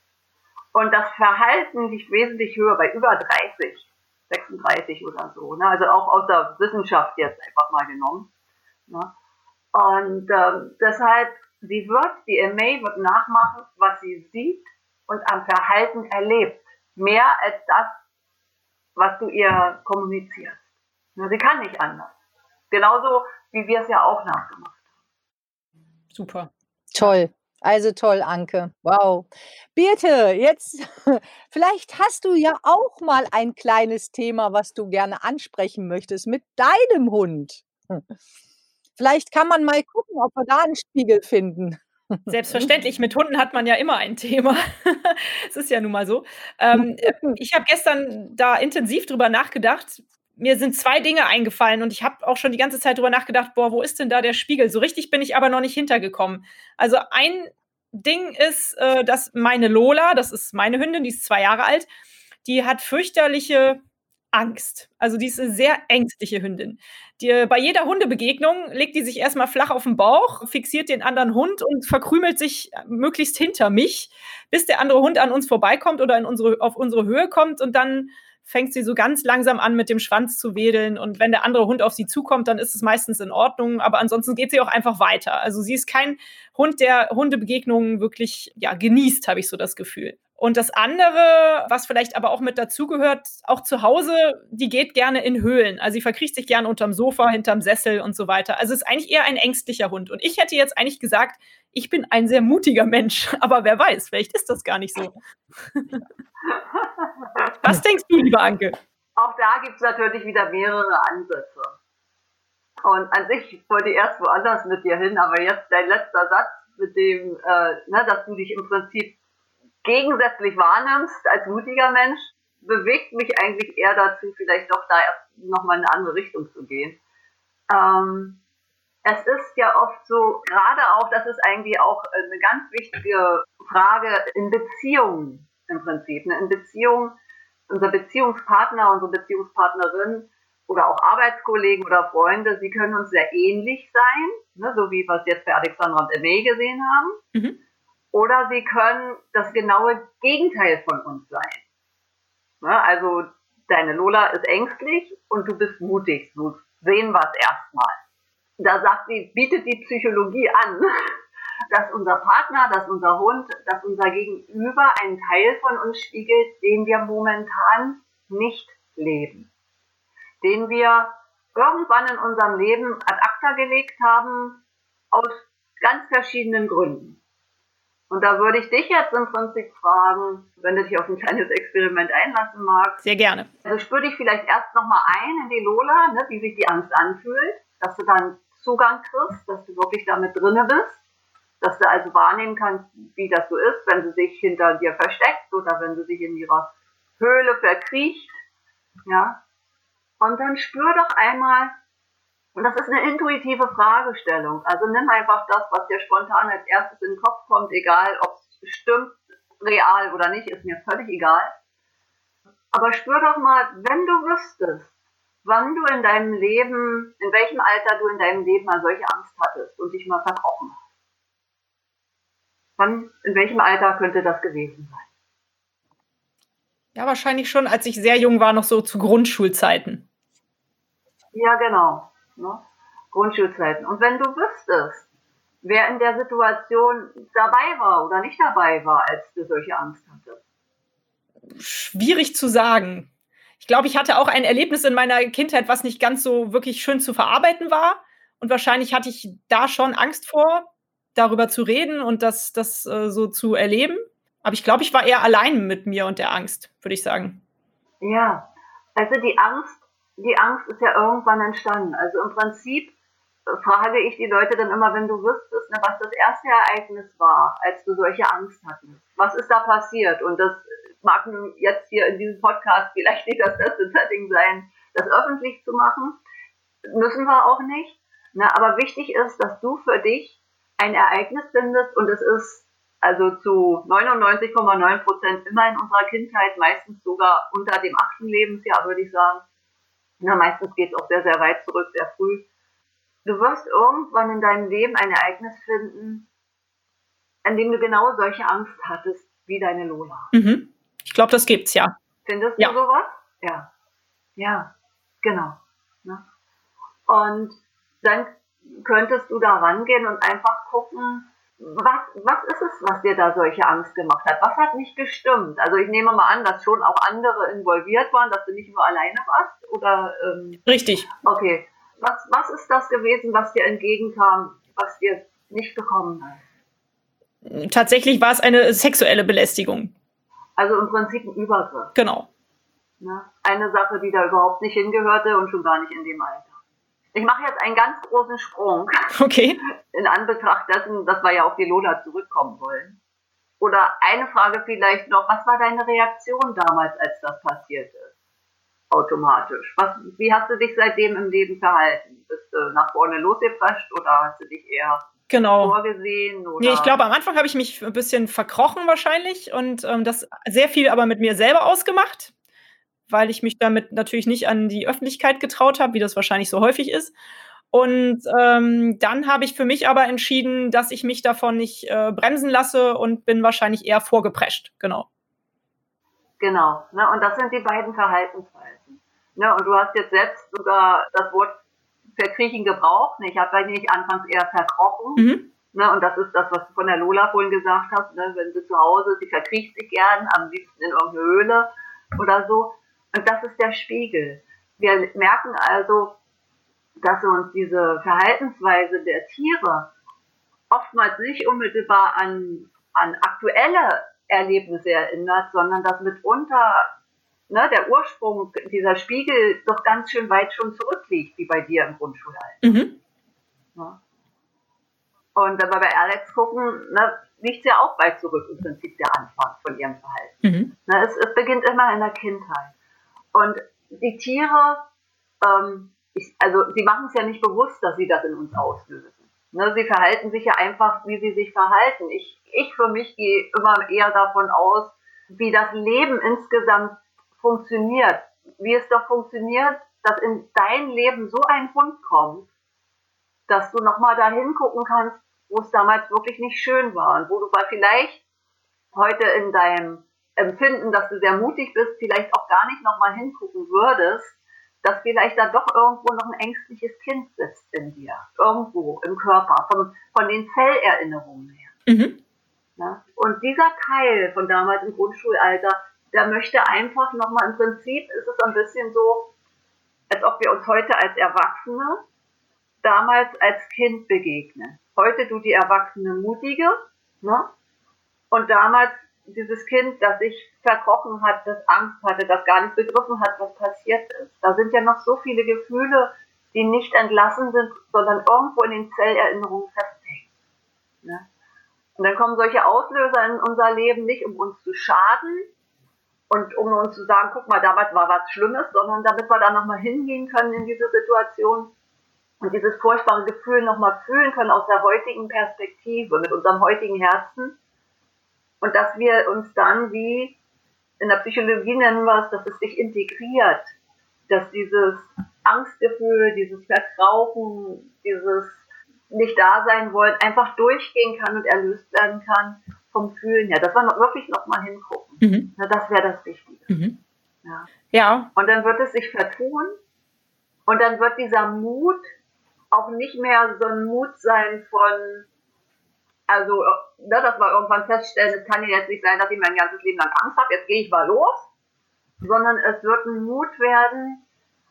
Und das Verhalten liegt wesentlich höher, bei über 30, 36 oder so. Ne? Also auch aus der Wissenschaft jetzt einfach mal genommen. Ne? Und deshalb, die Aimee wird nachmachen, was sie sieht und am Verhalten erlebt. Mehr als das, was du ihr kommunizierst. Sie kann nicht anders. Genauso, wie wir es ja auch nachgemacht haben. Super. Toll. Also toll, Anke. Wow. Birte, jetzt, vielleicht hast du ja auch mal ein kleines Thema, was du gerne ansprechen möchtest mit deinem Hund. Vielleicht kann man mal gucken, ob wir da einen Spiegel finden. Selbstverständlich, mit Hunden hat man ja immer ein Thema. Es ist ja nun mal so. Ich habe gestern da intensiv drüber nachgedacht. Mir sind 2 Dinge eingefallen und ich habe auch schon die ganze Zeit drüber nachgedacht, boah, wo ist denn da der Spiegel? So richtig bin ich aber noch nicht hintergekommen. Also ein Ding ist, dass meine Lola, das ist meine Hündin, die ist 2 Jahre alt, die hat fürchterliche Angst. Also die ist eine sehr ängstliche Hündin. Bei jeder Hundebegegnung legt die sich erstmal flach auf den Bauch, fixiert den anderen Hund und verkrümelt sich möglichst hinter mich, bis der andere Hund an uns vorbeikommt oder auf unsere Höhe kommt, und dann fängt sie so ganz langsam an, mit dem Schwanz zu wedeln, und wenn der andere Hund auf sie zukommt, dann ist es meistens in Ordnung, aber ansonsten geht sie auch einfach weiter. Also sie ist kein Hund, der Hundebegegnungen wirklich genießt, habe ich so das Gefühl. Und das andere, was vielleicht aber auch mit dazugehört, auch zu Hause, die geht gerne in Höhlen. Also sie verkriecht sich gerne unterm Sofa, hinterm Sessel und so weiter. Also ist eigentlich eher ein ängstlicher Hund. Und ich hätte jetzt eigentlich gesagt, ich bin ein sehr mutiger Mensch. Aber wer weiß, vielleicht ist das gar nicht so. Was denkst du, liebe Anke? Auch da gibt es natürlich wieder mehrere Ansätze. Und an sich wollte ich erst woanders mit dir hin, aber jetzt dein letzter Satz mit dem, dass du dich im Prinzip gegensätzlich wahrnimmst als mutiger Mensch, bewegt mich eigentlich eher dazu, vielleicht doch da erst nochmal in eine andere Richtung zu gehen. Es ist ja oft so, gerade auch, das ist eigentlich auch eine ganz wichtige Frage in Beziehungen im Prinzip. In Beziehungen, unser Beziehungspartner, unsere Beziehungspartnerin oder auch Arbeitskollegen oder Freunde, sie können uns sehr ähnlich sein, ne, so wie wir es jetzt bei Alexandra und Aimee gesehen haben. Mhm. Oder sie können das genaue Gegenteil von uns sein. Ne, also deine Lola ist ängstlich und du bist mutig. So sehen wir es erstmal. Da bietet die Psychologie an, dass unser Partner, dass unser Hund, dass unser Gegenüber einen Teil von uns spiegelt, den wir momentan nicht leben. Den wir irgendwann in unserem Leben ad acta gelegt haben, aus ganz verschiedenen Gründen. Und da würde ich dich jetzt im Prinzip fragen, wenn du dich auf ein kleines Experiment einlassen magst. Sehr gerne. Also spür dich vielleicht erst nochmal ein in die Lola, ne, wie sich die Angst anfühlt, dass du dann Zugang kriegst, dass du wirklich damit drinne bist, dass du also wahrnehmen kannst, wie das so ist, wenn sie sich hinter dir versteckt oder wenn sie sich in ihrer Höhle verkriecht. Ja. Und dann spür doch einmal, und das ist eine intuitive Fragestellung, also nimm einfach das, was dir spontan als erstes in den Kopf kommt, egal ob es stimmt, real oder nicht, ist mir völlig egal. Aber spür doch mal, wenn du wüsstest, wann du in deinem Leben, in welchem Alter du in deinem Leben mal solche Angst hattest und dich mal verkrochen hast. In welchem Alter könnte das gewesen sein? Ja, wahrscheinlich schon, als ich sehr jung war, noch so zu Grundschulzeiten. Ja, genau. Ne? Grundschulzeiten. Und wenn du wüsstest, wer in der Situation dabei war oder nicht dabei war, als du solche Angst hattest. Schwierig zu sagen. Ich glaube, ich hatte auch ein Erlebnis in meiner Kindheit, was nicht ganz so wirklich schön zu verarbeiten war. Und wahrscheinlich hatte ich da schon Angst vor, darüber zu reden und das so zu erleben. Aber ich glaube, ich war eher allein mit mir und der Angst, würde ich sagen. Ja, also die Angst ist ja irgendwann entstanden. Also im Prinzip frage ich die Leute dann immer, wenn du wüsstest, ne, was das erste Ereignis war, als du solche Angst hattest. Was ist da passiert? Und das mag nun jetzt hier in diesem Podcast vielleicht nicht das beste Setting sein, das öffentlich zu machen. Müssen wir auch nicht. Ne? Aber wichtig ist, dass du für dich ein Ereignis findest und es ist also zu 99,9% immer in unserer Kindheit, meistens sogar unter dem 8. Lebensjahr, würde ich sagen. Na, meistens geht es auch sehr, sehr weit zurück, sehr früh. Du wirst irgendwann in deinem Leben ein Ereignis finden, an dem du genau solche Angst hattest, wie deine Lola. Mhm. Ich glaube, das gibt's, ja. Findest du sowas? Ja. Ja, genau. Ne? Und dann könntest du da rangehen und einfach gucken, was ist es, was dir da solche Angst gemacht hat? Was hat nicht gestimmt? Also ich nehme mal an, dass schon auch andere involviert waren, dass du nicht nur alleine warst? Oder, Richtig. Okay. Was ist das gewesen, was dir entgegenkam, was dir nicht bekommen hat? Tatsächlich war es eine sexuelle Belästigung. Also im Prinzip ein Übergriff. Genau. Ne? Eine Sache, die da überhaupt nicht hingehörte und schon gar nicht in dem Alter. Ich mache jetzt einen ganz großen Sprung. Okay. In Anbetracht dessen, dass wir ja auf die Lola zurückkommen wollen. Oder eine Frage vielleicht noch, was war deine Reaktion damals, als das passiert ist? Automatisch. Wie hast du dich seitdem im Leben verhalten? Bist du nach vorne losgeprescht oder hast du dich eher vorgesehen? Oder? Nee, ich glaube, am Anfang habe ich mich ein bisschen verkrochen wahrscheinlich und das sehr viel aber mit mir selber ausgemacht, weil ich mich damit natürlich nicht an die Öffentlichkeit getraut habe, wie das wahrscheinlich so häufig ist. Und dann habe ich für mich aber entschieden, dass ich mich davon nicht bremsen lasse und bin wahrscheinlich eher vorgeprescht. Genau. Genau. Ne? Und das sind die beiden Verhaltensweisen. Ne? Und du hast jetzt selbst sogar das Wort verkriechen gebraucht. Ne? Ich habe eigentlich anfangs eher verkrochen. Mhm. Ne? Und das ist das, was du von der Lola vorhin gesagt hast. Ne? Wenn sie zu Hause ist, sie verkriecht sich gern, am liebsten in irgendeine Höhle oder so. Und das ist der Spiegel. Wir merken also, dass uns diese Verhaltensweise der Tiere oftmals nicht unmittelbar an aktuelle Erlebnisse erinnert, sondern dass mitunter der Ursprung dieser Spiegel doch ganz schön weit schon zurückliegt, wie bei dir im Grundschulalter. Mhm. Ja. Und wenn wir bei Alex gucken, liegt es ja auch weit zurück im Prinzip der Anfang von ihrem Verhalten. Mhm. Es beginnt immer in der Kindheit. Und die Tiere, sie machen es ja nicht bewusst, dass sie das in uns auslösen. Sie verhalten sich ja einfach, wie sie sich verhalten. Ich für mich gehe immer eher davon aus, wie das Leben insgesamt funktioniert. Wie es doch funktioniert, dass in dein Leben so ein Hund kommt, dass du nochmal dahin gucken kannst, wo es damals wirklich nicht schön war und wo du vielleicht heute in deinem Empfinden, dass du sehr mutig bist, vielleicht auch gar nicht nochmal hingucken würdest, dass vielleicht da doch irgendwo noch ein ängstliches Kind sitzt in dir, irgendwo im Körper, von den Zellerinnerungen her. Mhm. Ja? Und dieser Teil von damals im Grundschulalter, der möchte einfach nochmal, im Prinzip ist es ein bisschen so, als ob wir uns heute als Erwachsene damals als Kind begegnen. Heute du die erwachsene Mutige, ne? Und damals dieses Kind, das sich verkrochen hat, das Angst hatte, das gar nicht begriffen hat, was passiert ist. Da sind ja noch so viele Gefühle, die nicht entlassen sind, sondern irgendwo in den Zellerinnerungen festhängen. Ne? Und dann kommen solche Auslöser in unser Leben nicht, um uns zu schaden und um uns zu sagen, guck mal, damals war was Schlimmes, sondern damit wir da nochmal hingehen können in diese Situation und dieses furchtbare Gefühl nochmal fühlen können aus der heutigen Perspektive, mit unserem heutigen Herzen. Und dass wir uns dann, wie in der Psychologie nennen wir es, dass es sich integriert, dass dieses Angstgefühl, dieses Verkrauchen, dieses nicht da sein wollen, einfach durchgehen kann und erlöst werden kann vom Fühlen her. Dass wir wirklich nochmal hingucken. Na, das wäre das Wichtige. Ja. Und dann wird es sich vertun und dann wird dieser Mut auch nicht mehr so ein Mut sein von, also, dass wir irgendwann feststellen, es kann ja jetzt nicht sein, dass ich mein ganzes Leben lang Angst habe, jetzt gehe ich mal los, sondern es wird ein Mut werden,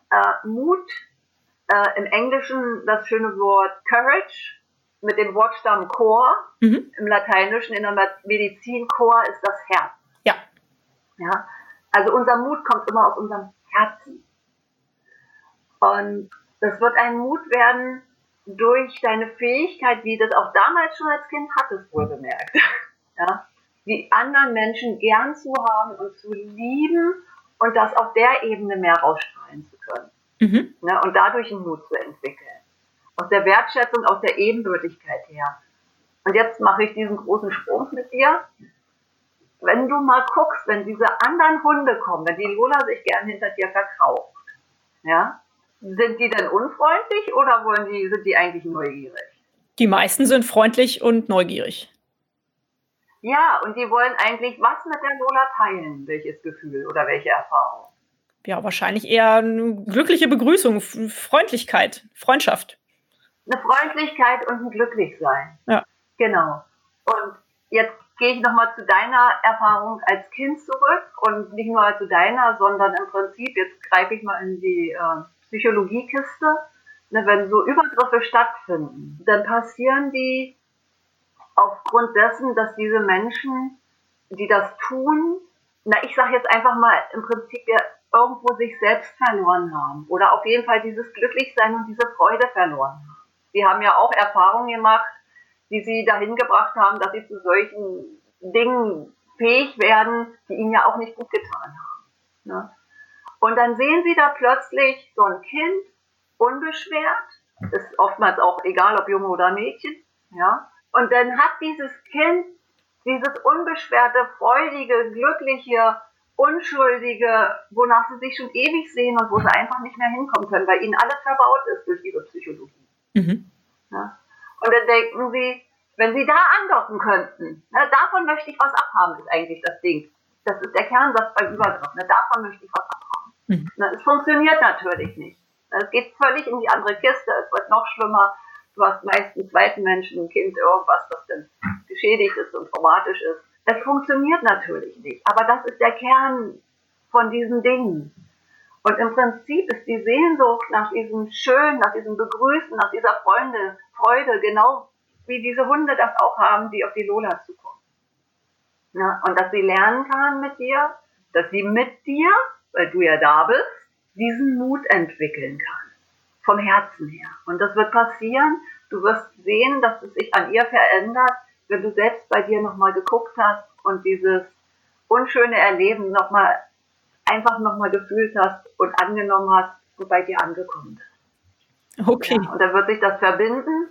im Englischen das schöne Wort Courage mit dem Wortstamm Cor, im Lateinischen, in der Medizin Cor ist das Herz. Ja. Also unser Mut kommt immer aus unserem Herzen. Und das wird ein Mut werden durch deine Fähigkeit, wie du das auch damals schon als Kind hattest, wohlgemerkt. Ja? Die anderen Menschen gern zu haben und zu lieben und das auf der Ebene mehr rausstrahlen zu können. Ja? Und dadurch einen Mut zu entwickeln. Aus der Wertschätzung, aus der Ebenbürtigkeit her. Und jetzt mache ich diesen großen Sprung mit dir. Wenn du mal guckst, wenn diese anderen Hunde kommen, wenn die Lola sich gern hinter dir verkraucht, ja, sind die denn unfreundlich oder sind die eigentlich neugierig? Die meisten sind freundlich und neugierig. Ja, und die wollen eigentlich was mit der Lola teilen? Welches Gefühl oder welche Erfahrung? Ja, wahrscheinlich eher eine glückliche Begrüßung, Freundlichkeit, Freundschaft. Eine Freundlichkeit und ein Glücklichsein. Ja. Genau. Und jetzt gehe ich nochmal zu deiner Erfahrung als Kind zurück und nicht nur zu deiner, sondern im Prinzip, jetzt greife ich mal in die Psychologiekiste, wenn so Übergriffe stattfinden, dann passieren die aufgrund dessen, dass diese Menschen, die das tun, ich sage jetzt einfach mal, im Prinzip ja irgendwo sich selbst verloren haben oder auf jeden Fall dieses Glücklichsein und diese Freude verloren haben. Sie haben ja auch Erfahrungen gemacht, die sie dahin gebracht haben, dass sie zu solchen Dingen fähig werden, die ihnen ja auch nicht gut getan haben. Ne? Und dann sehen sie da plötzlich so ein Kind, unbeschwert, ist oftmals auch egal, ob Junge oder Mädchen, ja. Und dann hat dieses Kind dieses unbeschwerte, freudige, glückliche, unschuldige, wonach sie sich schon ewig sehen und wo sie einfach nicht mehr hinkommen können, weil ihnen alles verbaut ist durch ihre Psychologie. Ja? Und dann denken sie, wenn sie da andocken könnten, davon möchte ich was abhaben, ist eigentlich das Ding. Das ist der Kernsatz beim Übergriff, davon möchte ich was abhaben. Es funktioniert natürlich nicht. Es geht völlig in die andere Kiste, es wird noch schlimmer. Du hast meist einen zweiten Menschen, ein Kind, irgendwas, das dann geschädigt ist und traumatisch ist. Es funktioniert natürlich nicht, aber das ist der Kern von diesen Dingen. Und im Prinzip ist die Sehnsucht nach diesem Schön, nach diesem Begrüßen, nach dieser Freude, genau wie diese Hunde das auch haben, die auf die Lola zukommen. Ja, und dass sie lernen kann mit dir, dass sie mit dir, weil du ja da bist, diesen Mut entwickeln kann. Vom Herzen her. Und das wird passieren. Du wirst sehen, dass es sich an ihr verändert, wenn du selbst bei dir nochmal geguckt hast und dieses unschöne Erleben einfach nochmal gefühlt hast und angenommen hast und bei dir angekommen bist. Okay. Ja, und dann wird sich das verbinden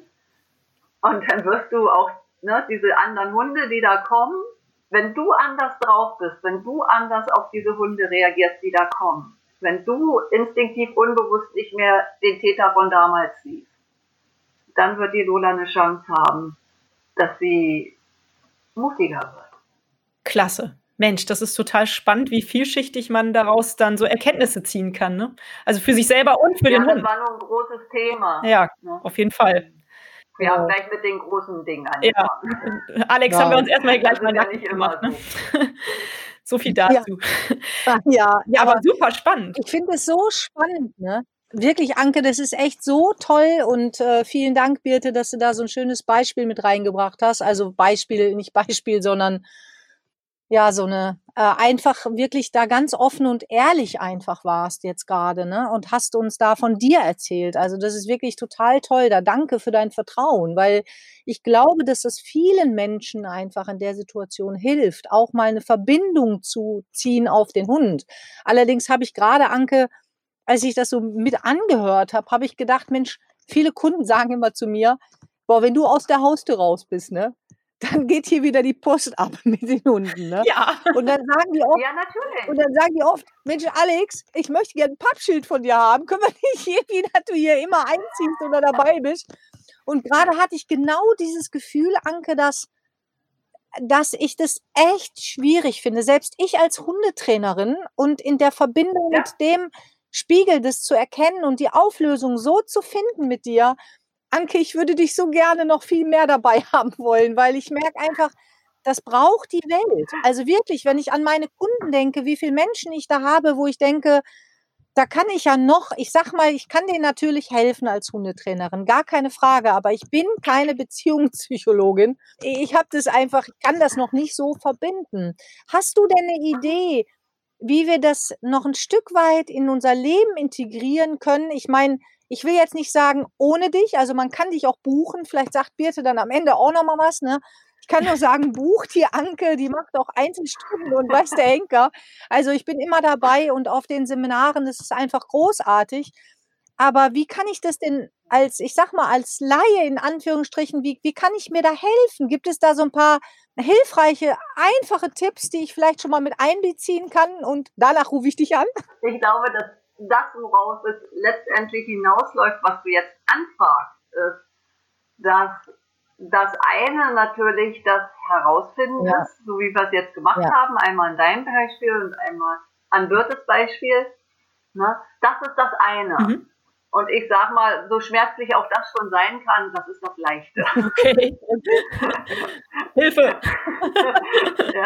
und dann wirst du auch diese anderen Hunde, die da kommen, wenn du anders drauf bist, wenn du anders auf diese Hunde reagierst, die da kommen, wenn du instinktiv unbewusst nicht mehr den Täter von damals siehst, dann wird die Lola eine Chance haben, dass sie mutiger wird. Klasse. Mensch, das ist total spannend, wie vielschichtig man daraus dann so Erkenntnisse ziehen kann. Ne? Also für sich selber und für den Hund. Das war nur ein großes Thema. Ja, auf jeden Fall. Wir haben gleich mit den großen Dingen angefangen. Ja. Alex, haben wir uns erstmal gleich mal nackig gemacht. Ne? So viel dazu. Ja, aber super spannend. Ich finde es so spannend, ne? Wirklich, Anke, das ist echt so toll und vielen Dank, Birte, dass du da so ein schönes Beispiel mit reingebracht hast. Also nicht Beispiel, sondern ja, so eine einfach wirklich da ganz offen und ehrlich einfach warst jetzt gerade, ne? Und hast uns da von dir erzählt. Also das ist wirklich total toll. Da danke für dein Vertrauen, weil ich glaube, dass es vielen Menschen einfach in der Situation hilft, auch mal eine Verbindung zu ziehen auf den Hund. Allerdings habe ich gerade, Anke, als ich das so mit angehört habe, habe ich gedacht, Mensch, viele Kunden sagen immer zu mir, boah, wenn du aus der Haustür raus bist, ne? dann geht hier wieder die Post ab mit den Hunden, ne? Ja. Und dann sagen die oft Ja, natürlich. und dann sagen die oft: „Mensch, Alex, ich möchte gerne 'n Pappschild von dir haben. Können wir nicht irgendwie, dass du hier immer einziehst oder dabei bist?" Und grade hatte ich genau dieses Gefühl, Anke, dass ich das echt schwierig finde. Selbst ich als Hundetrainerin und in der Verbindung Ja. mit dem Spiegel, das zu erkennen und die Auflösung so zu finden mit dir. Anke, ich würde dich so gerne noch viel mehr dabei haben wollen, weil ich merke einfach, das braucht die Welt. Also wirklich, wenn ich an meine Kunden denke, wie viele Menschen ich da habe, wo ich denke, da kann ich ja noch, ich sage mal, ich kann denen natürlich helfen als Hundetrainerin, gar keine Frage, aber ich bin keine Beziehungspsychologin. Ich habe das einfach, ich kann das noch nicht so verbinden. Hast du denn 'ne Idee, wie wir das noch 'n Stück weit in unser Leben integrieren können? Ich meine, ich will jetzt nicht sagen ohne dich, also man kann dich auch buchen, vielleicht sagt Birte dann am Ende auch noch mal was, ne? Ich kann nur sagen, bucht die Anke, die macht auch Einzelstunden und weiß der Henker. Also, ich bin immer dabei und auf den Seminaren, das ist einfach großartig. Aber wie kann ich das denn als, ich sage mal, als Laie in Anführungsstrichen, wie kann ich mir da helfen? Gibt es da so 'n paar hilfreiche, einfache Tipps, die ich vielleicht schon mal mit einbeziehen kann und danach rufe ich dich an? Ich glaube, dass das, woraus es letztendlich hinausläuft, was du jetzt anfragst, ist, dass das eine natürlich das Herausfinden Ja. ist, so wie wir es jetzt gemacht Ja. haben, einmal an deinem Beispiel und einmal an Birtes Beispiel. Ne? Das ist das eine. Mhm. Und ich sag mal, so schmerzlich auch das schon sein kann, das ist das Leichte. Okay. Hilfe! Ja,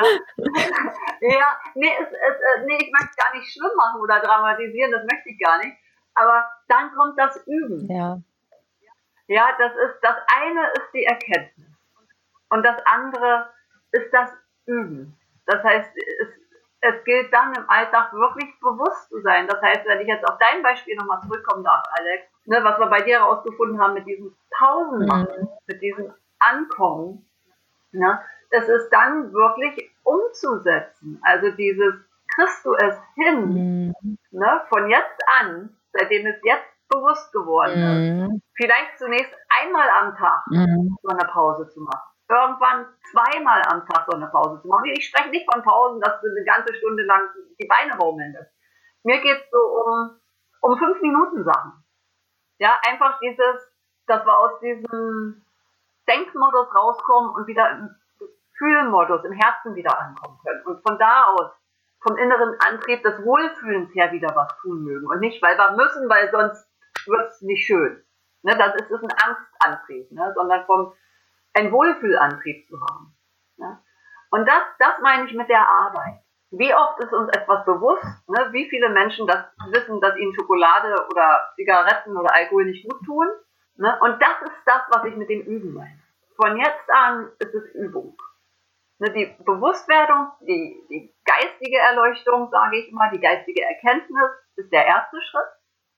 ja, nee, ich möchte gar nicht schlimm machen oder dramatisieren, das möchte ich gar nicht. Aber dann kommt das Üben. Ja. Ja, das eine ist die Erkenntnis. Und das andere ist das Üben. Das heißt, es gilt dann im Alltag wirklich bewusst zu sein. Das heißt, wenn ich jetzt auf dein Beispiel nochmal zurückkommen darf, Alex, ne, was wir bei dir herausgefunden haben mit diesem Pausen machen, mit diesem Ankommen, ne, es ist dann wirklich umzusetzen. Also dieses, kriegst du es hin, ne, von jetzt an, seitdem es jetzt bewusst geworden ist, vielleicht zunächst einmal am Tag so eine Pause zu machen. Irgendwann zweimal am Tag so eine Pause zu machen. Ich spreche nicht von Pausen, dass du eine ganze Stunde lang die Beine baumeln lässt. Mir geht es so um 5 Minuten Sachen. Ja, einfach dass wir aus diesem Denkmodus rauskommen und wieder im Fühlmodus, im Herzen wieder ankommen können. Und von da aus, vom inneren Antrieb des Wohlfühlens her wieder was tun mögen. Und nicht, weil wir müssen, weil sonst wird es nicht schön. Ne, das ist ein Angstantrieb, ne, sondern ein Wohlfühlantrieb zu haben. Ne? Und das meine ich mit der Arbeit. Wie oft ist uns etwas bewusst, ne? Wie viele Menschen wissen, dass ihnen Schokolade oder Zigaretten oder Alkohol nicht gut tun. Ne? Und das ist das, was ich mit dem Üben meine. Von jetzt an ist es Übung. Ne? Die Bewusstwerdung, die geistige Erleuchtung, sage ich immer, die geistige Erkenntnis ist der erste Schritt.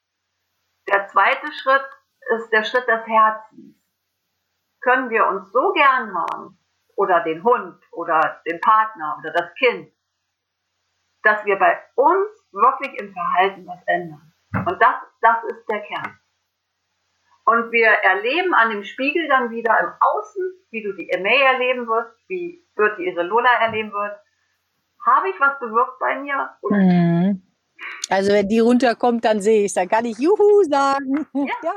Der zweite Schritt ist der Schritt des Herzens. Können wir uns so gern haben, oder den Hund, oder den Partner, oder das Kind, dass wir bei uns wirklich im Verhalten was ändern. Und das ist der Kern. Und wir erleben an dem Spiegel dann wieder im Außen, wie du die May erleben wirst, wie Birte ihre Lola erleben wird. Habe ich was bewirkt bei mir? Oder nicht? Also wenn die runterkommt, dann sehe ich es. Dann kann ich Juhu sagen.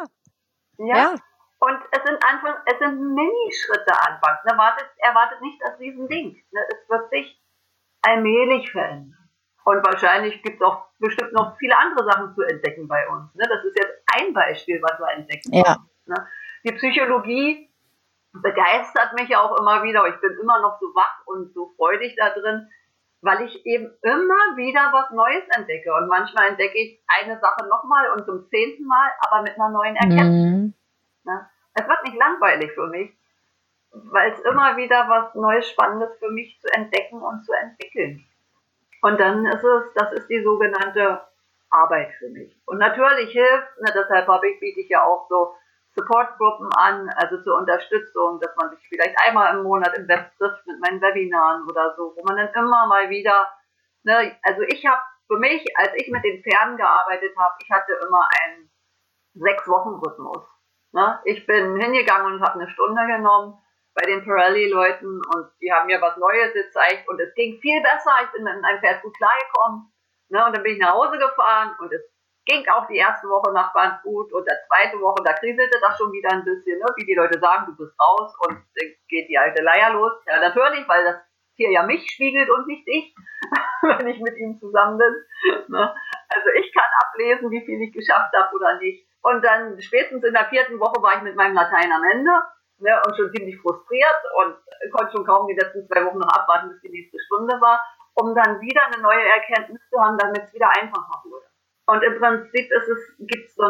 Ja. Und es sind Minischritte anfangs. Ne? Erwartet nicht das Riesending. Ne? Es wird sich allmählich verändern. Und wahrscheinlich gibt es auch bestimmt noch viele andere Sachen zu entdecken bei uns. Ne? Das ist jetzt ein Beispiel, was wir entdecken haben. Ne? Die Psychologie begeistert mich auch immer wieder. Ich bin immer noch so wach und so freudig da drin, weil ich eben immer wieder was Neues entdecke. Und manchmal entdecke ich eine Sache nochmal und zum 10. Mal, aber mit einer neuen Erkenntnis. Ne? Es wird nicht langweilig für mich, weil es immer wieder was Neues, Spannendes für mich zu entdecken und zu entwickeln. Und dann das ist die sogenannte Arbeit für mich. Und natürlich hilft, ne, deshalb biete ich ja auch so Supportgruppen an, also zur Unterstützung, dass man sich vielleicht einmal im Monat im Web trifft mit meinen Webinaren oder so, wo man dann immer mal wieder, ne, also ich habe für mich, als ich mit den Pferden gearbeitet habe, ich hatte immer einen 6-Wochen-Rhythmus. Ne? Ich bin hingegangen und habe eine Stunde genommen, bei den Pirelli-Leuten und die haben mir was Neues gezeigt und es ging viel besser. Ich bin mit einem Pferd gut klargekommen. Ne, und dann bin ich nach Hause gefahren und es ging auch die erste Woche nach ganz gut und der zweite Woche, da kriselte das schon wieder ein bisschen, ne? Wie die Leute sagen, du bist raus und dann geht die alte Leier los. Ja, natürlich, weil das Tier ja mich spiegelt und nicht ich, wenn ich mit ihm zusammen bin. Ne? Also ich kann ablesen, wie viel ich geschafft habe oder nicht. Und dann spätestens in der 4. Woche war ich mit meinem Latein am Ende, ne? Und schon ziemlich frustriert und konnte schon kaum die letzten 2 Wochen noch abwarten, bis die nächste Stunde war, um dann wieder eine neue Erkenntnis zu haben, damit es wieder einfacher wurde. Und im Prinzip gibt es so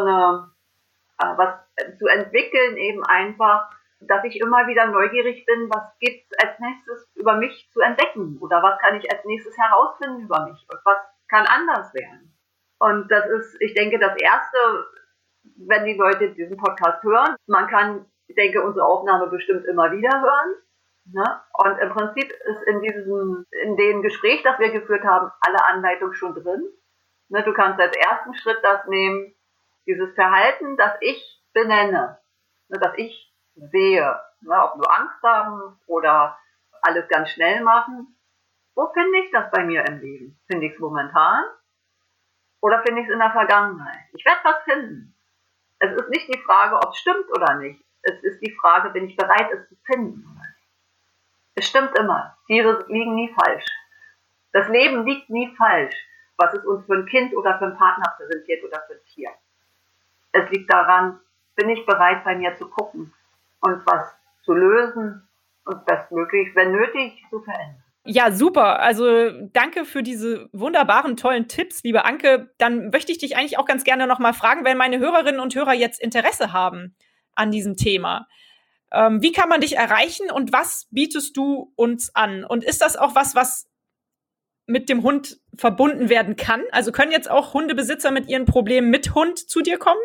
was zu entwickeln eben einfach, dass ich immer wieder neugierig bin, was gibt es als nächstes über mich zu entdecken oder was kann ich als nächstes herausfinden über mich und was kann anders werden. Und das ist, ich denke, das Erste, wenn die Leute diesen Podcast hören, man kann, ich denke, unsere Aufnahme bestimmt immer wieder hören. Ne? Und im Prinzip ist in dem Gespräch, das wir geführt haben, alle Anleitungen schon drin. Ne? Du kannst als ersten Schritt das nehmen, dieses Verhalten, das ich benenne, ne? Das ich sehe, ne? Ob nur Angst haben oder alles ganz schnell machen. Wo finde ich das bei mir im Leben? Finde ich es momentan oder finde ich es in der Vergangenheit? Ich werde was finden. Es ist nicht die Frage, ob es stimmt oder nicht. Es ist die Frage, bin ich bereit, es zu finden oder nicht. Es stimmt immer. Tiere liegen nie falsch. Das Leben liegt nie falsch, was es uns für ein Kind oder für einen Partner präsentiert oder für ein Tier. Es liegt daran, bin ich bereit, bei mir zu gucken und was zu lösen und bestmöglich, wenn nötig, zu verändern. Ja, super. Also danke für diese wunderbaren, tollen Tipps, liebe Anke. Dann möchte ich dich eigentlich auch ganz gerne noch mal fragen, wenn meine Hörerinnen und Hörer jetzt Interesse haben an diesem Thema. Wie kann man dich erreichen und was bietest du uns an? Und ist das auch was mit dem Hund verbunden werden kann? Also können jetzt auch Hundebesitzer mit ihren Problemen mit Hund zu dir kommen?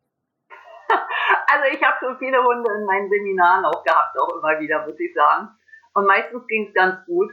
Also ich habe schon viele Hunde in meinen Seminaren auch gehabt, auch immer wieder, muss ich sagen. Und meistens ging es ganz gut.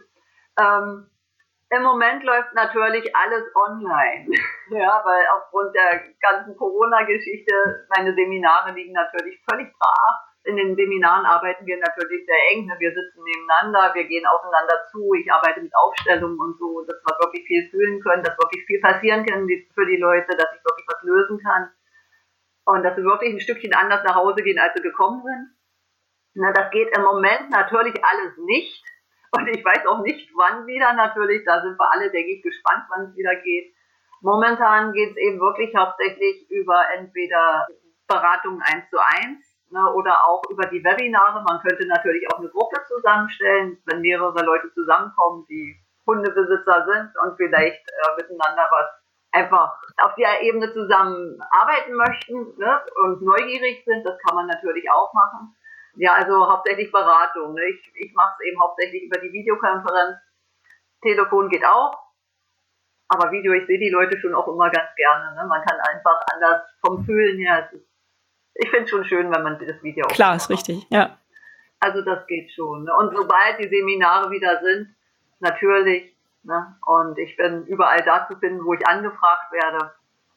Im Moment läuft natürlich alles online, ja, weil aufgrund der ganzen Corona-Geschichte meine Seminare liegen natürlich völlig brach. In den Seminaren arbeiten wir natürlich sehr eng, wir sitzen nebeneinander, wir gehen aufeinander zu, ich arbeite mit Aufstellungen und so, dass wir wirklich viel fühlen können, dass wirklich viel passieren kann für die Leute, dass ich wirklich was lösen kann und dass sie wirklich ein Stückchen anders nach Hause gehen, als sie gekommen sind. Na, das geht im Moment natürlich alles nicht. Und ich weiß auch nicht, wann wieder natürlich. Da sind wir alle, denke ich, gespannt, wann es wieder geht. Momentan geht es eben wirklich hauptsächlich über entweder Beratungen 1:1, ne, oder auch über die Webinare. Man könnte natürlich auch eine Gruppe zusammenstellen, wenn mehrere Leute zusammenkommen, die Hundebesitzer sind und vielleicht miteinander was einfach auf der Ebene zusammen arbeiten möchten, ne, und neugierig sind. Das kann man natürlich auch machen. Ja, also hauptsächlich Beratung. Ne? Ich mache es eben hauptsächlich über die Videokonferenz. Telefon geht auch, aber Video, ich sehe die Leute schon auch immer ganz gerne. Ne? Man kann einfach anders vom Fühlen her. Ich finde es schon schön, wenn man das Video auch klar, ist richtig, ja. Also das geht schon. Ne? Und sobald die Seminare wieder sind, natürlich. Ne? Und ich bin überall da zu finden, wo ich angefragt werde.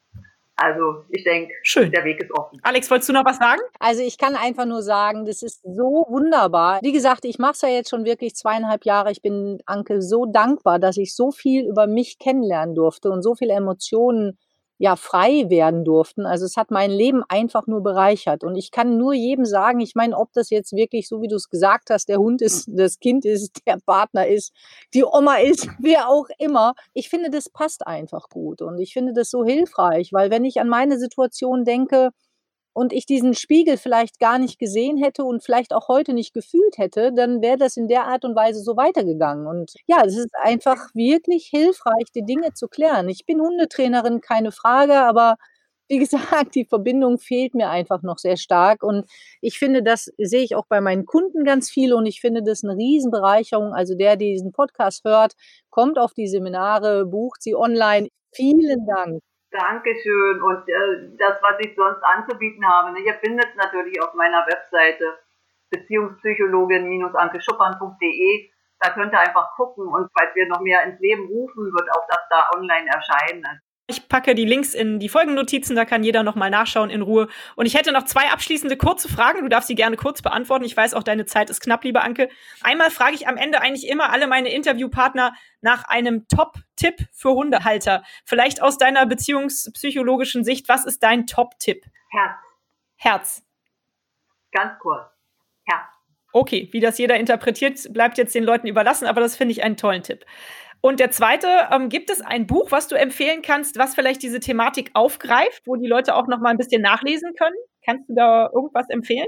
Also ich denke, der Weg ist offen. Alex, wolltest du noch was sagen? Also ich kann einfach nur sagen, das ist so wunderbar. Wie gesagt, ich mache es ja jetzt schon wirklich 2,5 Jahre. Ich bin Anke so dankbar, dass ich so viel über mich kennenlernen durfte und so viele Emotionen frei werden durften. Also es hat mein Leben einfach nur bereichert. Und ich kann nur jedem sagen, ich meine, ob das jetzt wirklich, so wie du es gesagt hast, der Hund ist, das Kind ist, der Partner ist, die Oma ist, wer auch immer. Ich finde, das passt einfach gut. Und ich finde das so hilfreich, weil wenn ich an meine Situation denke, und ich diesen Spiegel vielleicht gar nicht gesehen hätte und vielleicht auch heute nicht gefühlt hätte, dann wäre das in der Art und Weise so weitergegangen. Und ja, es ist einfach wirklich hilfreich, die Dinge zu klären. Ich bin Hundetrainerin, keine Frage, aber wie gesagt, die Verbindung fehlt mir einfach noch sehr stark. Und ich finde, das sehe ich auch bei meinen Kunden ganz viel und ich finde das eine Riesenbereicherung. Also der diesen Podcast hört, kommt auf die Seminare, bucht sie online. Vielen Dank. Dankeschön. Und das, was ich sonst anzubieten habe, ne, ihr findet es natürlich auf meiner Webseite beziehungspsychologin-ankeschuppern.de. Da könnt ihr einfach gucken und falls wir noch mehr ins Leben rufen, wird auch das da online erscheinen. Ich packe die Links in die Folgennotizen, da kann jeder nochmal nachschauen in Ruhe. Und ich hätte noch 2 abschließende kurze Fragen. Du darfst sie gerne kurz beantworten. Ich weiß auch, deine Zeit ist knapp, liebe Anke. Einmal frage ich am Ende eigentlich immer alle meine Interviewpartner nach einem Top-Tipp für Hundehalter. Vielleicht aus deiner beziehungspsychologischen Sicht, was ist dein Top-Tipp? Herz. Ganz kurz. Herz. Okay, wie das jeder interpretiert, bleibt jetzt den Leuten überlassen, aber das finde ich einen tollen Tipp. Und der zweite, gibt es ein Buch, was du empfehlen kannst, was vielleicht diese Thematik aufgreift, wo die Leute auch noch mal ein bisschen nachlesen können? Kannst du da irgendwas empfehlen?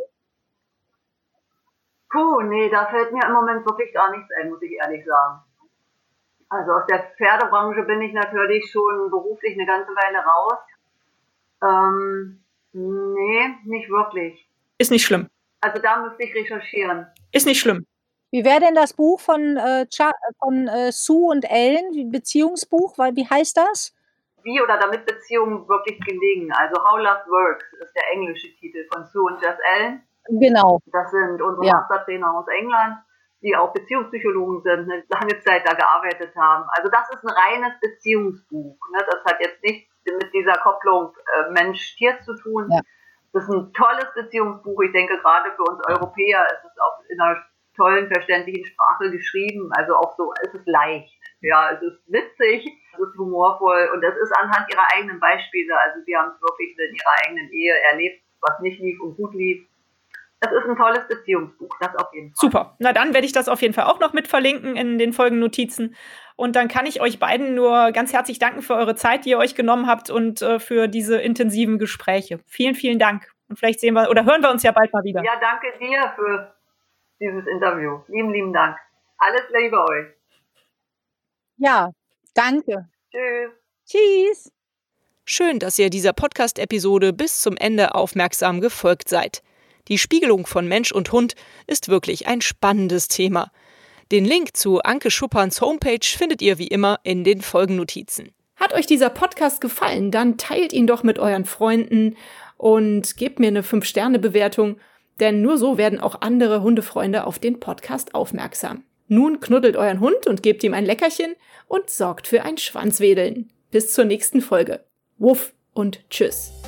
Nee, da fällt mir im Moment wirklich gar nichts ein, muss ich ehrlich sagen. Also aus der Pferdebranche bin ich natürlich schon beruflich eine ganze Weile raus. Nee, nicht wirklich. Ist nicht schlimm. Also da müsste ich recherchieren. Ist nicht schlimm. Wie wäre denn das Buch von Sue und Ellen, Beziehungsbuch? Wie heißt das? Wie oder damit Beziehungen wirklich gelingen. Also How Love Works ist der englische Titel von Sue und Jess Ellen. Genau. Das sind unsere Mastertrainer aus England, die auch Beziehungspsychologen sind, eine lange Zeit da gearbeitet haben. Also das ist ein reines Beziehungsbuch. Ne? Das hat jetzt nichts mit dieser Kopplung Mensch-Tier zu tun. Ja. Das ist ein tolles Beziehungsbuch. Ich denke, gerade für uns Europäer ist es auch in einer tollen, verständlichen Sprache geschrieben. Also auch so, es ist leicht. Ja, es ist witzig, es ist humorvoll und es ist anhand ihrer eigenen Beispiele. Also sie haben es wirklich in ihrer eigenen Ehe erlebt, was nicht lief und gut lief. Es ist ein tolles Beziehungsbuch, das auf jeden Fall. Super. Na dann werde ich das auf jeden Fall auch noch mit verlinken in den Folgennotizen. Und dann kann ich euch beiden nur ganz herzlich danken für eure Zeit, die ihr euch genommen habt und für diese intensiven Gespräche. Vielen, vielen Dank. Und vielleicht sehen wir oder hören wir uns ja bald mal wieder. Ja, danke dir für dieses Interview. Lieben, lieben Dank. Alles Liebe euch. Ja, danke. Tschüss. Tschüss. Schön, dass ihr dieser Podcast-Episode bis zum Ende aufmerksam gefolgt seid. Die Spiegelung von Mensch und Hund ist wirklich ein spannendes Thema. Den Link zu Anke Schupperns Homepage findet ihr wie immer in den Folgennotizen. Hat euch dieser Podcast gefallen, dann teilt ihn doch mit euren Freunden und gebt mir eine 5-Sterne-Bewertung, denn nur so werden auch andere Hundefreunde auf den Podcast aufmerksam. Nun knuddelt euren Hund und gebt ihm ein Leckerchen und sorgt für ein Schwanzwedeln. Bis zur nächsten Folge. Wuff und tschüss.